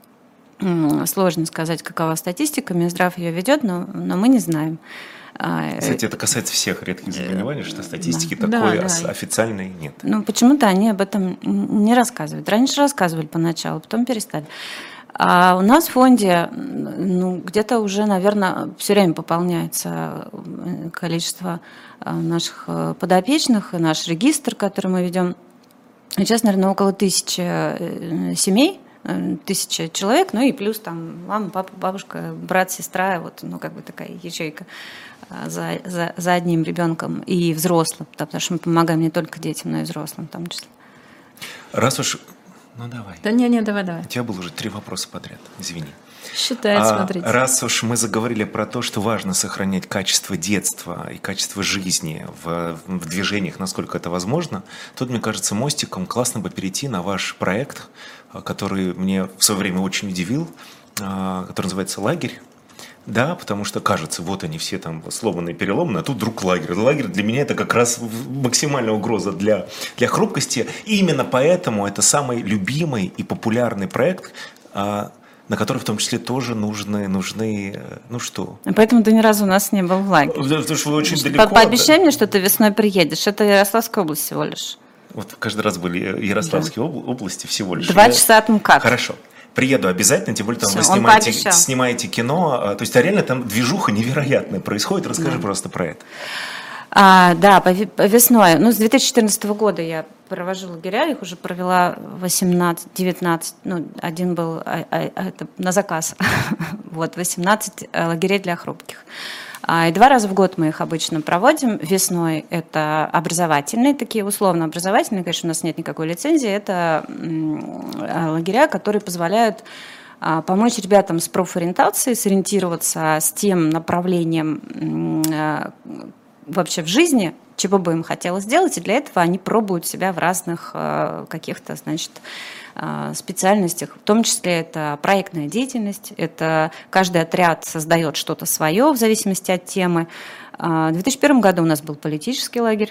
сложно сказать, какова статистика. Минздрав ее ведет, но, но мы не знаем. Кстати, это касается всех редких заболеваний, что статистики да, такой да, да. официальной нет. Ну, почему-то они об этом не рассказывают. Раньше рассказывали поначалу, потом перестали. А у нас в фонде ну, где-то уже, наверное, все время пополняется количество наших подопечных, наш регистр, который мы ведем. Сейчас, наверное, около тысячи семей, тысяча человек, ну и плюс там мама, папа, бабушка, брат, сестра, вот, ну, как бы такая ячейка за, за, за одним ребенком и взрослым, потому что мы помогаем не только детям, но и взрослым в том числе. Раз уж... Ну, давай. Да не, не, давай, давай. У тебя было уже три вопроса подряд, извини. Считает, а, смотрите. Раз уж мы заговорили про то, что важно сохранять качество детства и качество жизни в, в движениях, насколько это возможно, тут, мне кажется, мостиком классно бы перейти на ваш проект, который мне в свое время очень удивил, который называется «Лагерь». Да, потому что кажется, вот они все там сломанные, переломанные, а тут вдруг лагерь. Лагерь для меня это как раз максимальная угроза для, для хрупкости. И именно поэтому это самый любимый и популярный проект, на который в том числе тоже нужны, нужны ну что? Поэтому ты ни разу у нас не был в лагере. Потому что вы очень далеко. По пообещай мне, что ты весной приедешь. Это Ярославская область всего лишь. Вот каждый раз были Ярославские да. области всего лишь. Два часа от МКАД. Хорошо. Приеду обязательно, тем более там Все, вы снимаете, снимаете кино. То есть реально там движуха невероятная происходит. Расскажи да. просто про это. А, да, по, по весной. Ну, с две тысячи четырнадцатого года я провожу лагеря, их уже провела восемнадцать-девятнадцать. Ну, один был а, а, это на заказ. Вот, восемнадцать лагерей для хрупких. И два раза в год мы их обычно проводим. Весной это образовательные, такие условно-образовательные, конечно, у нас нет никакой лицензии. Это лагеря, которые позволяют помочь ребятам с профориентацией, сориентироваться с тем направлением вообще в жизни, чего бы им хотелось сделать, и для этого они пробуют себя в разных каких-то, значит, специальностях, в том числе это проектная деятельность, это каждый отряд создает что-то свое в зависимости от темы. В две тысячи первом году у нас был политический лагерь.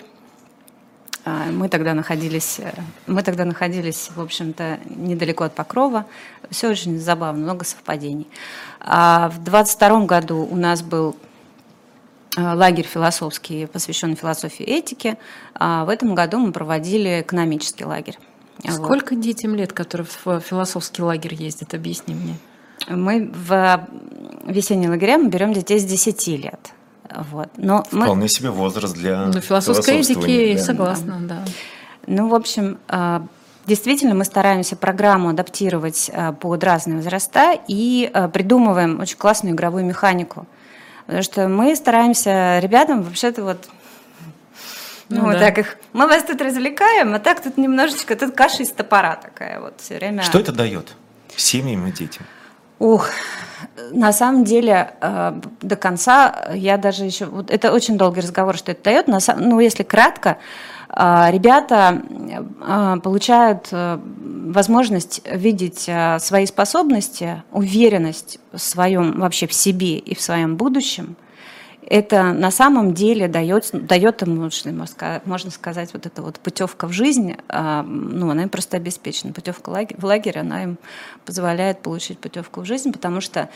Мы тогда находились, мы тогда находились, в общем-то, недалеко от Покрова. Все очень забавно, много совпадений. А в двадцать втором году у нас был лагерь философский, посвященный философии и этике. А в этом году мы проводили экономический лагерь. Сколько вот. детям лет, которые в философский лагерь ездят? Объясни мне. Мы в весенние лагеря мы берем детей с десяти лет. Вот. Но Вполне мы... себе возраст для ну, философской этики, да. согласна, да. да. Ну, в общем, действительно мы стараемся программу адаптировать под разные возраста и придумываем очень классную игровую механику. Потому что мы стараемся ребятам вообще-то вот... Ну, ну вот да. так их. Мы вас тут развлекаем, а так тут немножечко, тут каша из топора такая вот все время. Что это дает семьям и детям? Ох, на самом деле до конца я даже еще... Вот это очень долгий разговор, что это дает. Ну, если кратко, ребята получают возможность видеть свои способности, уверенность в своем, вообще в себе и в своем будущем. Это на самом деле дает, дает им, можно сказать, вот эта вот путевка в жизнь, ну, она им просто обеспечена. Путевка в лагерь, она им позволяет получить путевку в жизнь, потому что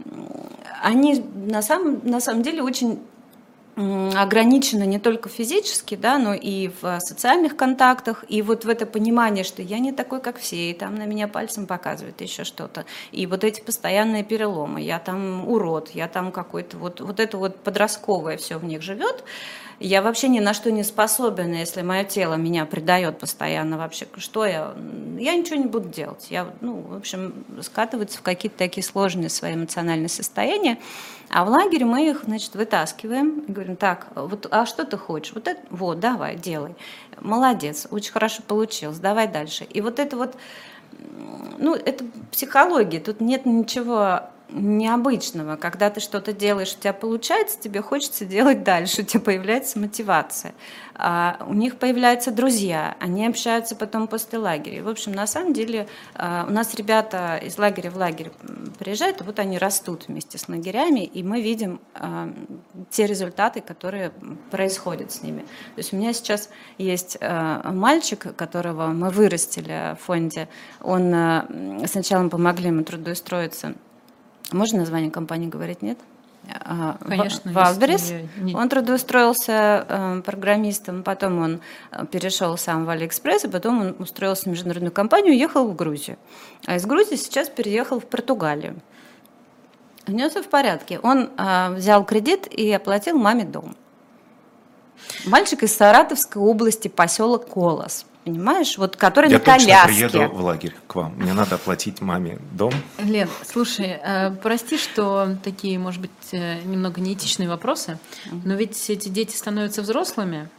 они на самом, на самом деле очень ограничены не только физически, да, но и в социальных контактах, и вот в это понимание, что я не такой, как все, и там на меня пальцем показывают еще что-то, и вот эти постоянные переломы, я там урод, я там какой-то, вот, вот это вот подростковое все в них живет. Я вообще ни на что не способен, если мое тело меня предает постоянно вообще. Что я? Я ничего не буду делать. Я, ну, в общем, скатываются в какие-то такие сложные свои эмоциональные состояния. А в лагере мы их, значит, вытаскиваем и говорим, так, вот, а что ты хочешь? Вот это, вот, давай, делай. Молодец, очень хорошо получилось, давай дальше. И вот это вот, ну, это психология, тут нет ничего необычного. Когда ты что-то делаешь, у тебя получается, тебе хочется делать дальше, у тебя появляется мотивация. А у них появляются друзья, они общаются потом после лагеря. В общем, на самом деле у нас ребята из лагеря в лагерь приезжают, и вот они растут вместе с лагерями, и мы видим те результаты, которые происходят с ними. То есть у меня сейчас есть мальчик, которого мы вырастили в фонде. Он сначала мы помогли ему трудоустроиться. Можно название компании говорить, нет? Конечно. Валберес. Не... Он трудоустроился э, программистом, потом он перешел сам в Алиэкспресс, и потом он устроился в международную компанию и уехал в Грузию. А из Грузии сейчас переехал в Португалию. У него все в порядке. Он э, взял кредит и оплатил маме дом. Мальчик из Саратовской области, поселок Колос. Понимаешь, вот который я на коляске. Я точно приеду в лагерь к вам. Мне надо оплатить маме дом. Лен, слушай, э, прости, что такие, может быть, э, немного неэтичные вопросы, но ведь эти дети становятся взрослыми,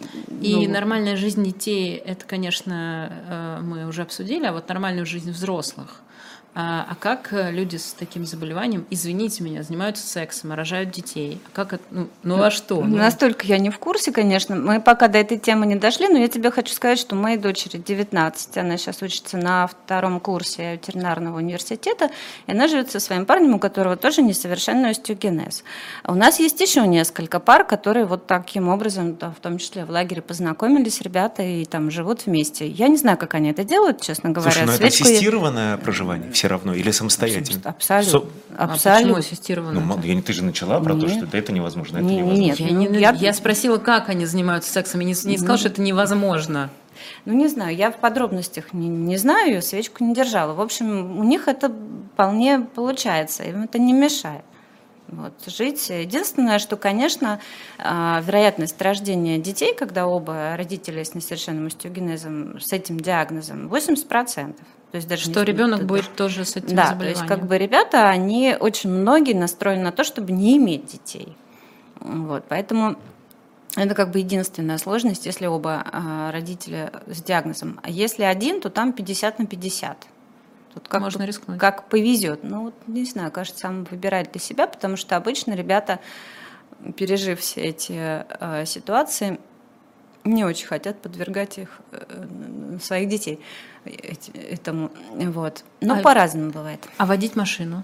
и ну, нормальная жизнь детей, это, конечно, э, мы уже обсудили, а вот нормальную жизнь взрослых. А, а как люди с таким заболеванием, извините меня, занимаются сексом, рожают детей? А как это, ну, ну а что? Ну, настолько я не в курсе, конечно. Мы пока до этой темы не дошли, но я тебе хочу сказать, что моей дочери девятнадцать, она сейчас учится на втором курсе ветеринарного университета, и она живет со своим парнем, у которого тоже несовершенный остеогенез. У нас есть еще несколько пар, которые вот таким образом, да, в том числе в лагере, познакомились ребята и там живут вместе. Я не знаю, как они это делают, честно говоря. Слушай, ну это Свечку ассистированное проживание? Все равно или самостоятельно? Абсолютно. Со... Абсолютно. А почему ассистированно? Ну, я, ты же начала про нет. то, что это невозможно, это нет, невозможно. Нет, я, не, я... я спросила, как они занимаются сексом, и не, не сказала, что это невозможно. Ну, не знаю, я в подробностях не, не знаю, ее свечку не держала. В общем, у них это вполне получается, им это не мешает. Вот, жить. Единственное, что, конечно, вероятность рождения детей, когда оба родители с несовершенным остеогенезом, с этим диагнозом, восемьдесят процентов. То есть даже что не, ребенок это, будет даже... тоже с этим да, заболеванием. То есть как бы ребята, они очень многие настроены на то, чтобы не иметь детей. Вот, поэтому это как бы единственная сложность, если оба родителя с диагнозом. А если один, то там пятьдесят на пятьдесят. Тут как можно бы, рискнуть. Как повезет. Ну, вот, не знаю, кажется, сам выбирает для себя, потому что обычно ребята, пережив все эти э, ситуации, не очень хотят подвергать их, э, своих детей этому. Вот. Но а, по-разному бывает. А водить машину?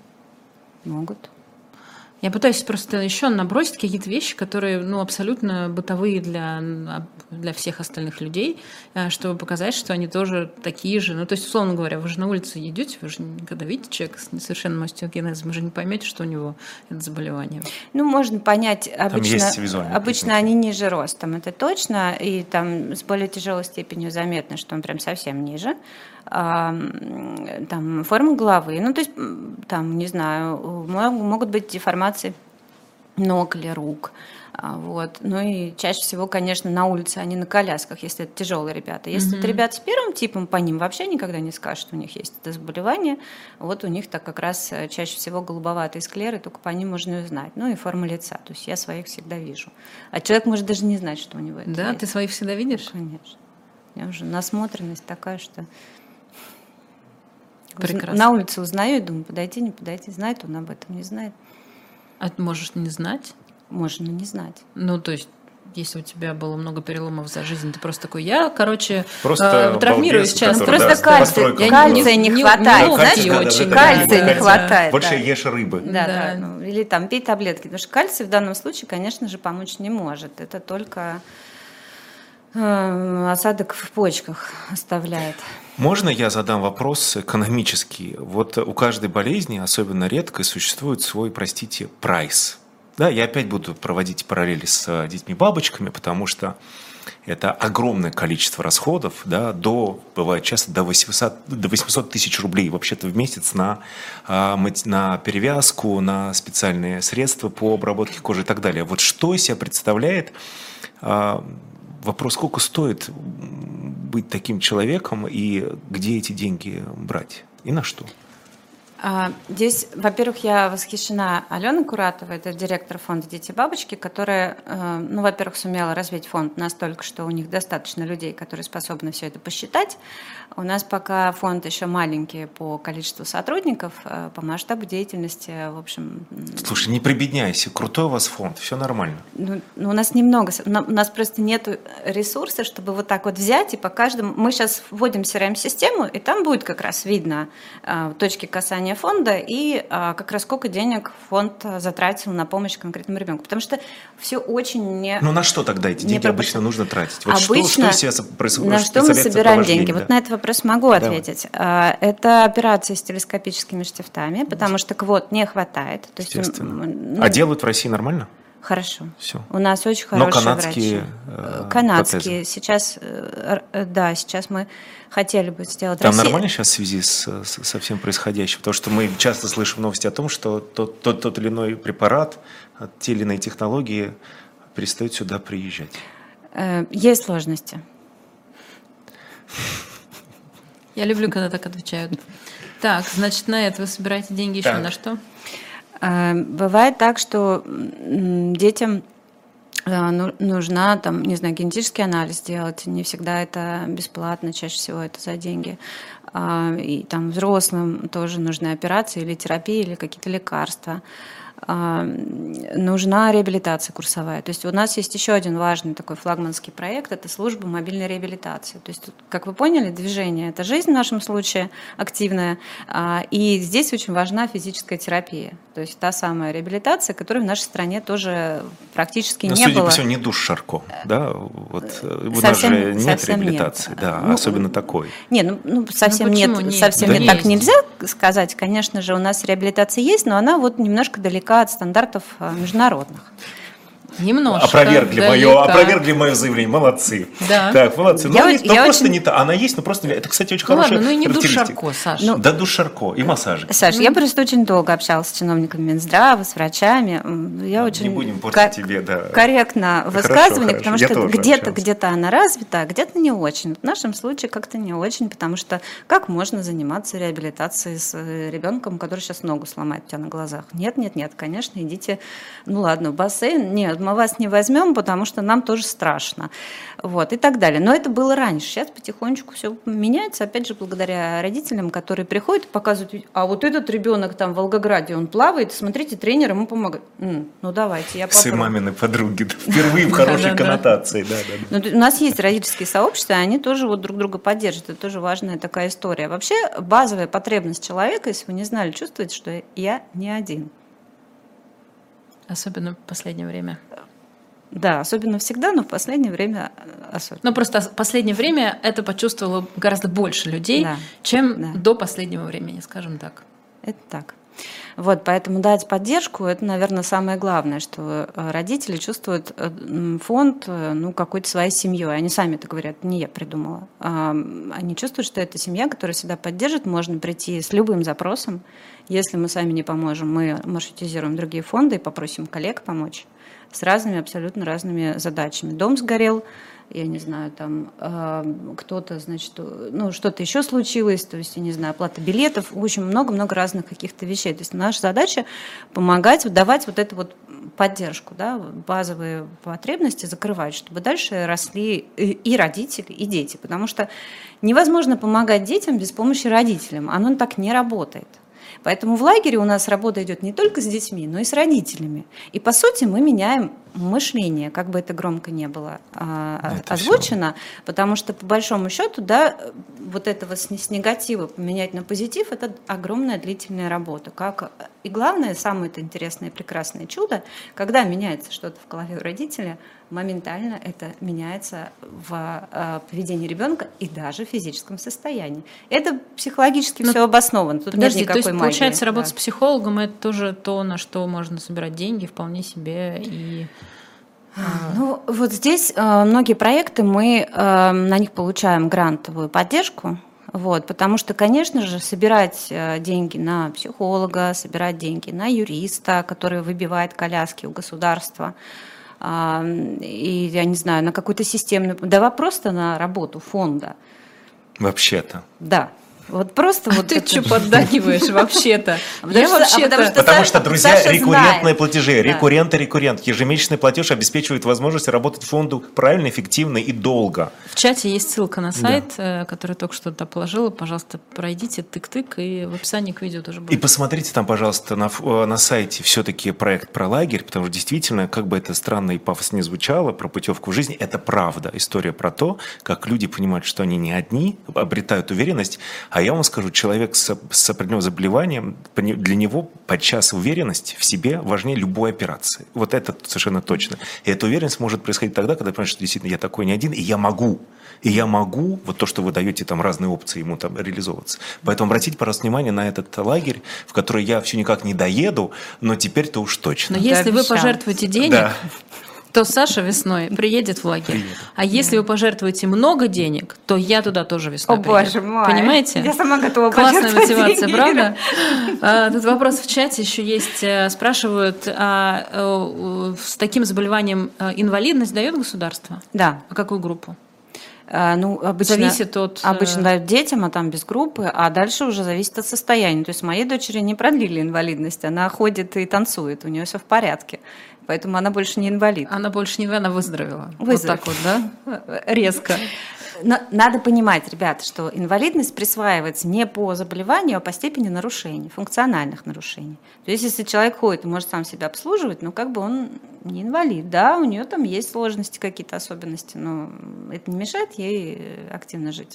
Могут. Я пытаюсь просто еще набросить какие-то вещи, которые, ну, абсолютно бытовые для, для всех остальных людей, чтобы показать, что они тоже такие же. Ну, то есть, условно говоря, вы же на улице идете, вы же когда видите человека с несовершенным остеогенезом, вы же не поймете, что у него это заболевание. Ну, можно понять, обычно, обычно признаки. Они ниже ростом, это точно, и там с более тяжелой степенью заметно, что он прям совсем ниже. Там форма головы, ну, то есть, там, не знаю, могут быть деформации ног или рук, вот. Ну и чаще всего, конечно, на улице, они на колясках, если это тяжелые ребята. Если mm-hmm. это ребята с первым типом, по ним вообще никогда не скажут, что у них есть это заболевание, вот у них так как раз чаще всего голубоватые склеры, только по ним можно и узнать. Ну и форма лица, то есть я своих всегда вижу. А человек может даже не знать, что у него это да, есть. Ты своих всегда видишь? Конечно. У меня уже насмотренность такая, что... Прекрасно. На улице узнаю и думаю, подойти, не подойти. Знает он об этом, не знает. А ты можешь не знать? Можно не знать. Ну, то есть, если у тебя было много переломов за жизнь, ты просто такой, я, короче, просто э, травмируюсь сейчас. Ну, просто да, кальция, кальция не, не хватает. Не, знаешь, да, очень, да, кальция да, не да, хватает. Больше да. ешь рыбы. Да, Да. да. Ну, или там пей таблетки. Потому что кальций в данном случае, конечно же, помочь не может. Это только э, осадок в почках оставляет. Можно я задам вопрос экономический? Вот у каждой болезни, особенно редкой, существует свой, простите, прайс. Да, я опять буду проводить параллели с детьми-бабочками, потому что это огромное количество расходов, да, до, бывает часто до восьмисот, до восьмисот тысяч рублей вообще-то в месяц на, на перевязку, на специальные средства по обработке кожи и так далее. Вот что из себя представляет вопрос, сколько стоит быть таким человеком и где эти деньги брать и на что? Здесь, во-первых, я восхищена Аленой Куратовой, это директор фонда «Дети-бабочки», которая, ну, во-первых, сумела развить фонд настолько, что у них достаточно людей, которые способны все это посчитать. У нас пока фонд еще маленький по количеству сотрудников, по масштабу деятельности, в общем... Слушай, не прибедняйся, крутой у вас фонд, все нормально. Ну, ну, у нас немного, у нас просто нет ресурса, чтобы вот так вот взять и по каждому... Мы сейчас вводим си ар эм-систему, и там будет как раз видно точки касания фонда и а, как раз сколько денег фонд затратил на помощь конкретному ребенку. Потому что все очень не... Ну на что тогда эти деньги обычно нужно тратить? Вот обычно, что, что себе на что мы собираем деньги? Да. Вот на этот вопрос могу Давай. ответить. Это операции с телескопическими штифтами, потому что квот не хватает. То есть, ну, а делают в России нормально? Хорошо. Все. У нас очень хорошие Но канадские, врачи. Канадские. Протезы. Сейчас, да, сейчас мы хотели бы сделать... Там Россию. Нормально сейчас в связи с, с, со всем происходящим? Потому что мы часто слышим новости о том, что тот, тот, тот или иной препарат, те или иные технологии перестают сюда приезжать. Есть сложности. Я люблю, когда так отвечают. Так, значит, на это вы собираете деньги еще так. на что? Бывает так, что детям нужна, там, не знаю, генетический анализ делать. Не всегда это бесплатно, чаще всего это за деньги. И там взрослым тоже нужны операции или терапия, или какие-то лекарства. Нужна реабилитация курсовая. То есть у нас есть еще один важный такой флагманский проект, это служба мобильной реабилитации. То есть, как вы поняли, движение – это жизнь в нашем случае активная, и здесь очень важна физическая терапия. То есть та самая реабилитация, которой в нашей стране тоже практически Но, не судя было. по всему, не душ Шарко, да? Вот, у совсем, нас же нет совсем реабилитации, нет. да, ну, особенно такой. Не, ну, ну совсем ну, нет, нет, совсем да нет, нет. так нельзя сказать. Конечно же, у нас реабилитация есть, но она вот немножко далека от стандартов международных. Немножко. Опровергли далека. мое, опровергли мое заявление. Молодцы. Да. Так, молодцы. Я Ну, очень- но я просто очень- не та. Она есть, но просто не. Это, кстати, очень Ну хорошая ладно, ну и не душ характеристика. Шарко, Саша. Ну, Да, душ Шарко и массажи. Саш, я просто очень долго общалась с чиновниками Минздрава, с врачами. Я Да, очень не будем портить ко- тебе, да. корректно Хорошо, высказывание, хорошо. потому Я что тоже где-то общался. где-то она развита, а где-то не очень. В нашем случае как-то не очень, потому что как можно заниматься реабилитацией с ребенком, который сейчас ногу сломает у тебя на глазах? Нет, нет, нет, конечно, идите, ну ладно, в бассейн. Нет, мы вас не возьмем, потому что нам тоже страшно. Вот, и так далее. Но это было раньше. Сейчас потихонечку все меняется, опять же, благодаря родителям, которые приходят и показывают, а вот этот ребенок там в Волгограде, он плавает, смотрите, тренер ему помогает. М, ну давайте, я Сын попробую. маминой подруги. да, Впервые в хорошей Да-да-да. коннотации. Да, да, да. Ну, у нас есть родительские сообщества, они тоже вот друг друга поддерживают. Это тоже важная такая история. Вообще базовая потребность человека, если вы не знали, чувствуете, что я не один. Особенно в последнее время. Да, особенно всегда, но в последнее время особенно. Ну, просто в последнее время это почувствовало гораздо больше людей, Да. чем Да. до последнего времени, скажем так. Это так. Вот, поэтому дать поддержку – это, наверное, самое главное, что родители чувствуют фонд, ну, какой-то своей семьей. Они сами это говорят, не я придумала. Они чувствуют, что это семья, которая всегда поддержит, можно прийти с любым запросом. Если мы сами не поможем, мы маршрутизируем другие фонды и попросим коллег помочь с разными, абсолютно разными задачами. Дом сгорел, я не знаю, там э, кто-то, значит, ну, что-то еще случилось, то есть, я не знаю, оплата билетов, очень много-много разных каких-то вещей. То есть наша задача помогать, давать вот эту вот поддержку, да, базовые потребности закрывать, чтобы дальше росли и родители, и дети. Потому что невозможно помогать детям без помощи родителям. Оно так не работает. Поэтому в лагере у нас работа идет не только с детьми, но и с родителями. И, по сути, мы меняем мышление, как бы это громко не было а, озвучено, все. Потому что, по большому счету, да, вот этого с, с негатива поменять на позитив – это огромная длительная работа. Как, и главное, самое это интересное и прекрасное чудо, когда меняется что-то в голове у родителя, моментально это меняется в э, поведении ребенка и даже в физическом состоянии. Это психологически Но, все обосновано. Тут подожди, нет никакой то есть, магии. Получается, работа да. с психологом – это тоже то, на что можно собирать деньги вполне себе и… Ну, вот здесь э, многие проекты, мы э, на них получаем грантовую поддержку, вот, потому что, конечно же, собирать э, деньги на психолога, собирать деньги на юриста, который выбивает коляски у государства, э, и, я не знаю, на какую-то системную… Да просто на работу фонда. Вообще-то. Да. Вот просто а вот ты это... что поддакиваешь вообще-то? Я вообще-то... Потому что, друзья, рекуррентные платежи, рекуррент и рекуррент. Ежемесячный платеж обеспечивает возможность работать фонду правильно, эффективно и долго. В чате есть ссылка на сайт, да. который только что туда положила. Пожалуйста, пройдите, тык-тык, и в описании к видео тоже будет. И посмотрите там, пожалуйста, на, на сайте все-таки проект про лагерь, потому что действительно, как бы это странно и пафосно не звучало, про путевку в жизнь, это правда. История про то, как люди понимают, что они не одни, обретают уверенность. А я вам скажу, человек с, с определенным заболеванием, для него подчас уверенность в себе важнее любой операции. Вот это совершенно точно. И эта уверенность может происходить тогда, когда понимаешь, что действительно я такой не один, и я могу. И я могу, вот то, что вы даете там разные опции ему там реализовываться. Поэтому обратите, пожалуйста, внимание на этот лагерь, в который я все никак не доеду, но теперь-то уж точно. Но если вы пожертвуете денег... Да. то Саша весной приедет в лагерь. Приеду. А если да. вы пожертвуете много денег, то я туда тоже весной О, приеду. Боже мой. Понимаете? Я сама готова Классная мотивация, деньги. Правда? А, тут вопрос в чате еще есть. Спрашивают, а, а, с таким заболеванием инвалидность дает государство? Да. А какую группу? А, ну, обычно, зависит от... Обычно дают детям, а там без группы, а дальше уже зависит от состояния. То есть моей дочери не продлили инвалидность, она ходит и танцует, у нее все в порядке. Поэтому она больше не инвалид. Она больше не инвалид, она выздоровела. Выздоровела. Вот так вот, да? Резко. Но надо понимать, ребята, что инвалидность присваивается не по заболеванию, а по степени нарушений, функциональных нарушений. То есть, если человек ходит и может сам себя обслуживать, ну, как бы он не инвалид, да, у нее там есть сложности, какие-то особенности, но это не мешает ей активно жить.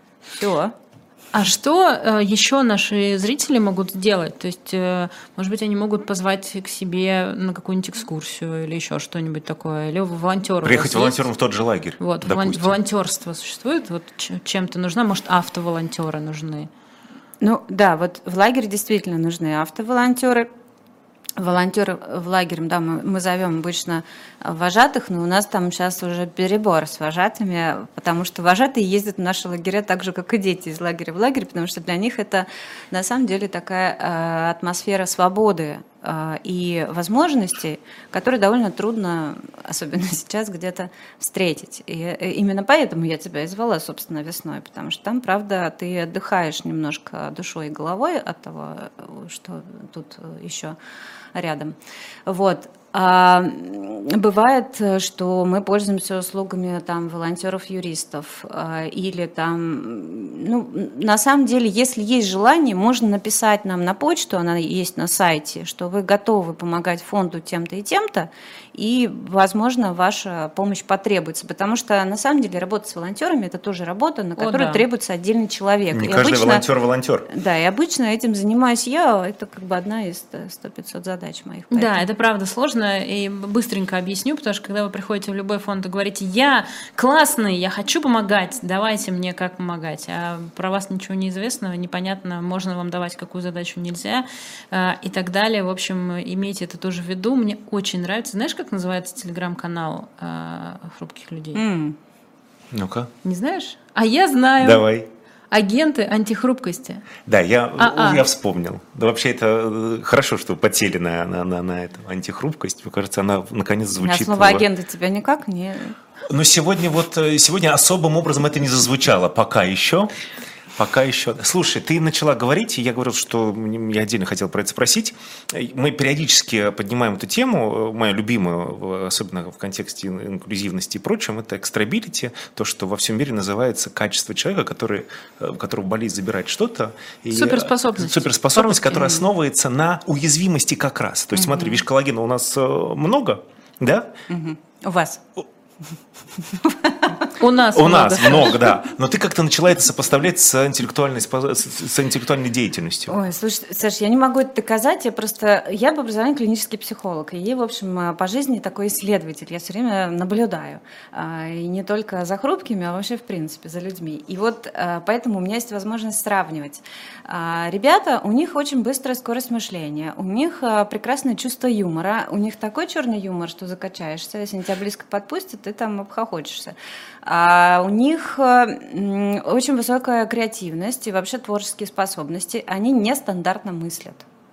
Все. А что э, еще наши зрители могут сделать? То есть, э, может быть, они могут позвать к себе на какую-нибудь экскурсию или еще что-нибудь такое, или волонтеры. Приехать волонтером в тот же лагерь. Вот, допустим. волонтерство существует. Вот чем-то нужна, может, автоволонтеры нужны. Ну да, вот в лагере действительно нужны автоволонтеры. Волонтеры в лагере, да, мы, мы зовем обычно вожатых, но у нас там сейчас уже перебор с вожатыми, потому что вожатые ездят в наши лагеря так же, как и дети из лагеря в лагерь, потому что для них это на самом деле такая э, атмосфера свободы э, и возможностей, которые довольно трудно, особенно сейчас, где-то встретить. И именно поэтому я тебя и звала, собственно, весной, потому что там, правда, ты отдыхаешь немножко душой и головой от того, что тут еще рядом. Вот. А бывает, что мы пользуемся услугами там волонтеров-юристов или там, ну, на самом деле, если есть желание, можно написать нам на почту, она есть на сайте, что вы готовы помогать фонду тем-то и тем-то, и, возможно, ваша помощь потребуется, потому что, на самом деле, работа с волонтерами – это тоже работа, на которую О, да. требуется отдельный человек. Не и каждый обычно, волонтер – волонтер. Да, и обычно этим занимаюсь я, это как бы одна из сто-пятьсот задач моих. Поэтому. Да, это правда сложно, и быстренько объясню, потому что, когда вы приходите в любой фонд и говорите, я классный, я хочу помогать, давайте мне как помогать, а про вас ничего не известно, непонятно, можно вам давать какую задачу, нельзя, и так далее. В общем, имейте это тоже в виду. Мне очень нравится. Знаешь, как называется телеграм-канал хрупких людей? Mm. Ну-ка. Не знаешь? А я знаю. Давай. Агенты антихрупкости. Да, я, А-а. я вспомнил. Да, вообще это хорошо, что подсели на, на, на, на эту антихрупкость. Мне кажется, она наконец звучит. А слово агенты тебя никак не... Но сегодня вот сегодня особым образом это не зазвучало пока еще. Пока еще. Слушай, ты начала говорить, и я говорил, что я отдельно хотел про это спросить. Мы периодически поднимаем эту тему, мою любимую, особенно в контексте инклюзивности и прочем, это экстрабилити, то, что во всем мире называется качество человека, который, у которого болит забирать что-то. Суперспособность. Суперспособность, которая основывается на уязвимости как раз. То есть, угу. смотри, видишь, коллагена у нас много, да? Угу. У вас. У нас У много. нас много, да. Но ты как-то начала это сопоставлять с интеллектуальной, с интеллектуальной деятельностью. Ой, слушай, Саш, я не могу это доказать, я просто, я по образованию клинический психолог, и, в общем, по жизни такой исследователь, я все время наблюдаю, и не только за хрупкими, а вообще, в принципе, за людьми. И вот поэтому у меня есть возможность сравнивать. Ребята, у них очень быстрая скорость мышления, у них прекрасное чувство юмора, у них такой черный юмор, что закачаешься, если они тебя близко подпустят, ты там обхохочешься. А у них очень высокая креативность и вообще творческие способности, они нестандартно мыслят.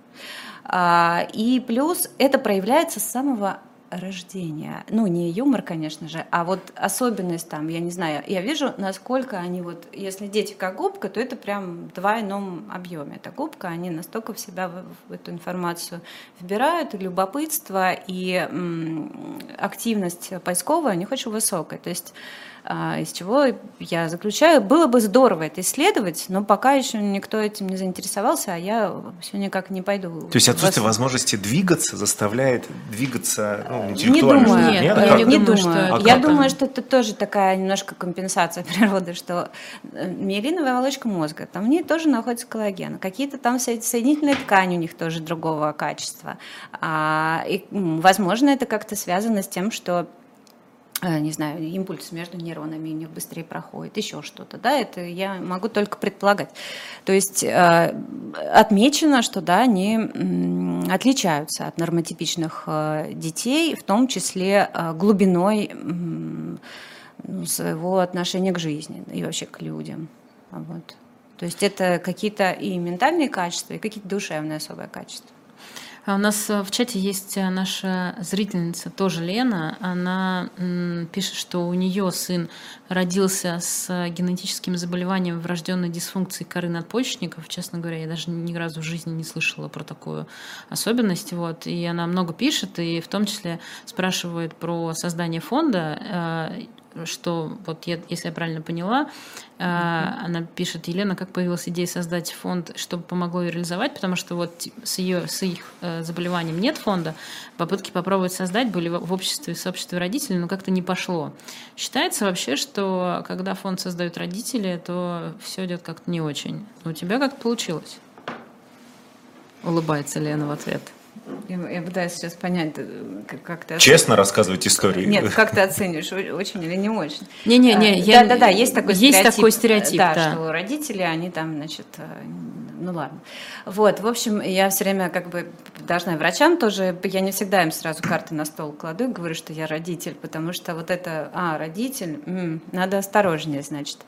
И плюс это проявляется с самого рождения. Ну, не юмор, конечно же, а вот особенность там, я не знаю, я вижу, насколько они вот, если дети как губка, то это прям в двойном объеме. Это губка, они настолько в себя в, в эту информацию вбирают, и любопытство, и м, активность поисковая у них очень высокая. То есть из чего я заключаю, было бы здорово это исследовать, но пока еще никто этим не заинтересовался, а я все никак не пойду. То есть отсутствие вас... возможности двигаться заставляет двигаться ну, интеллектуально? Не думаю, нет, нет, я я не не думаю, думаю. Что а я думаю, что это тоже такая немножко компенсация природы, что миелиновая оболочка мозга, там в ней тоже находится коллаген, какие-то там соединительные ткани у них тоже другого качества. А, и, возможно, это как-то связано с тем, что не знаю, импульс между нейронами у них быстрее проходит, еще что-то, да, это я могу только предполагать. То есть э, отмечено, что, да, они м, отличаются от нормотипичных э, детей, в том числе э, глубиной м, своего отношения к жизни и вообще к людям. Вот. То есть это какие-то и ментальные качества, и какие-то душевные особые качества. А у нас в чате есть наша зрительница, тоже Лена. Она м, пишет, что у нее сын родился с генетическим заболеванием врожденной дисфункции коры надпочечников. Честно говоря, я даже ни разу в жизни не слышала про такую особенность. Вот. И она много пишет, и в том числе спрашивает про создание фонда, что, вот я, если я правильно поняла, mm-hmm. она пишет: Елена, как появилась идея создать фонд, чтобы помогло ее реализовать, потому что вот с, ее, с их заболеванием нет фонда, попытки попробовать создать были в обществе, в сообществе родителей, но как-то не пошло. Считается вообще, что когда фонд создают родители, то все идет как-то не очень. У тебя как получилось? Улыбается Лена в ответ. Я, я пытаюсь сейчас понять, как, как ты... Честно оценишь. Рассказывать истории. Нет, как ты оценишь, очень или не очень. Не-не-не. Да-да-да, есть такой есть стереотип. Такой стереотип, да, да. Что родители, они там, значит, ну ладно. Вот, в общем, я все время как бы должна врачам тоже, я не всегда им сразу карты на стол кладу и говорю, что я родитель, потому что вот это, а, родитель, м, надо осторожнее, значит.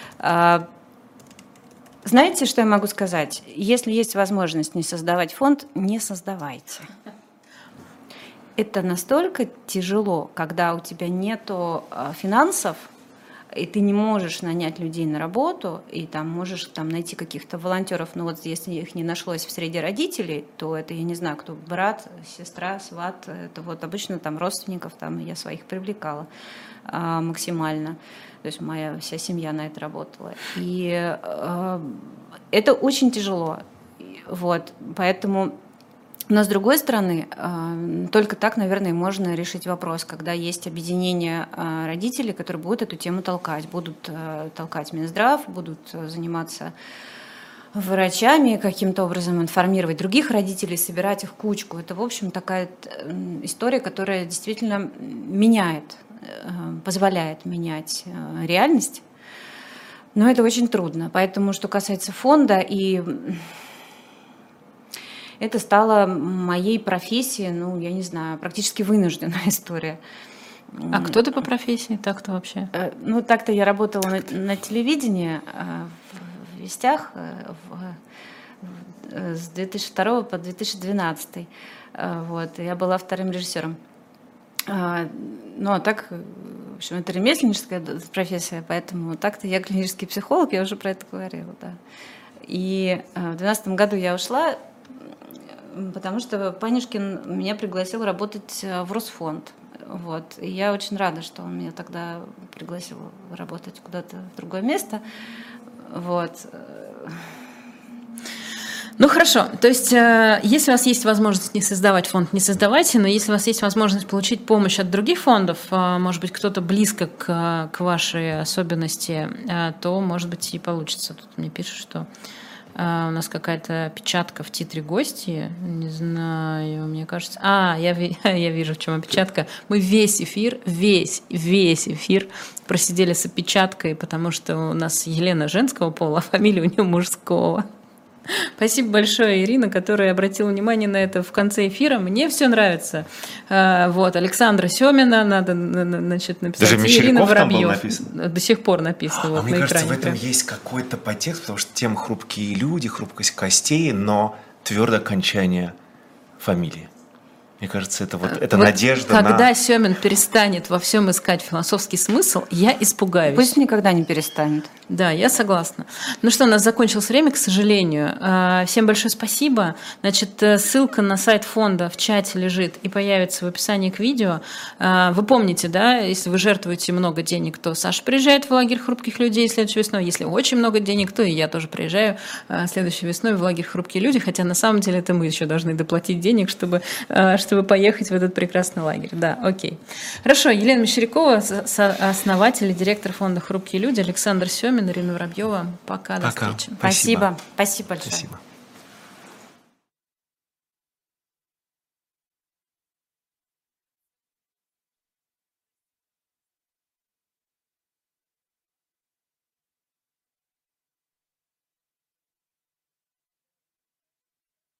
Знаете, что я могу сказать? Если есть возможность не создавать фонд, не создавайте. Это настолько тяжело, когда у тебя нету финансов, и ты не можешь нанять людей на работу, и там можешь там найти каких-то волонтеров, но вот если их не нашлось в среде родителей, то это, я не знаю, кто, брат, сестра, сват, это вот обычно там родственников, там я своих привлекала а, максимально. То есть моя вся семья на это работала. И э, это очень тяжело. Вот, поэтому... Но, с другой стороны, э, только так, наверное, можно решить вопрос, когда есть объединение э, родителей, которые будут эту тему толкать. Будут э, толкать Минздрав, будут заниматься врачами, каким-то образом информировать других родителей, собирать их в кучку. Это, в общем, такая история, которая действительно меняет, позволяет менять реальность, но это очень трудно. Поэтому, что касается фонда, и это стало моей профессией, ну, я не знаю, практически вынужденная история. А кто ты по профессии так-то вообще? Ну, так-то я работала на, на телевидении, в Вестях в, с две тысячи второго по две тысячи двенадцатый. Вот, я была вторым режиссером. Ну, а так В общем, это ремесленническая профессия, поэтому так-то я клинический психолог, я уже про это говорила, да. И в две тысячи двенадцатом году я ушла, потому что Панюшкин меня пригласил работать в Росфонд. Вот. И я очень рада, что он меня тогда пригласил работать куда-то в другое место. Вот. Ну хорошо, то есть э, если у вас есть возможность не создавать фонд, не создавайте, но если у вас есть возможность получить помощь от других фондов, э, может быть, кто-то близко к, к вашей особенности, э, то, может быть, и получится. Тут мне пишут, что э, у нас какая-то печатка в титре «Гости», не знаю, мне кажется... А, я, я вижу, в чем опечатка. Мы весь эфир, весь, весь эфир просидели с опечаткой, потому что у нас Елена женского пола, а фамилия у нее мужского. Спасибо большое, Ирина, которая обратила внимание на это в конце эфира. Мне все нравится. Вот, Александра Семина надо, значит, написать. Даже Ирина Мещеряков там был Воробьев. написан. До сих пор написано. А вот, мне на кажется, экране. в этом Прям. есть какой-то подтекст, потому что тема хрупкие люди, хрупкость костей, но твердое окончание фамилии. Мне кажется, это вот это вот надежда когда на... Семин перестанет во всем искать философский смысл, я испугаюсь. Пусть никогда не перестанет. Да, я согласна. Ну что, у нас закончилось время, к сожалению. Всем большое спасибо. Значит, ссылка на сайт фонда в чате лежит и появится в описании к видео. Вы помните, да, если вы жертвуете много денег, то Саша приезжает в лагерь хрупких людей следующей весной. Если очень много денег, то и я тоже приезжаю следующей весной в лагерь хрупкие люди, хотя на самом деле это мы еще должны доплатить денег, чтобы, чтобы поехать в этот прекрасный лагерь. Да, окей. Хорошо, Елена Мещерякова, основатель и директор фонда «Хрупкие люди», Александр Семин, Ирина Воробьева. Пока, Пока. до встречи. Спасибо. Спасибо большое. Спасибо.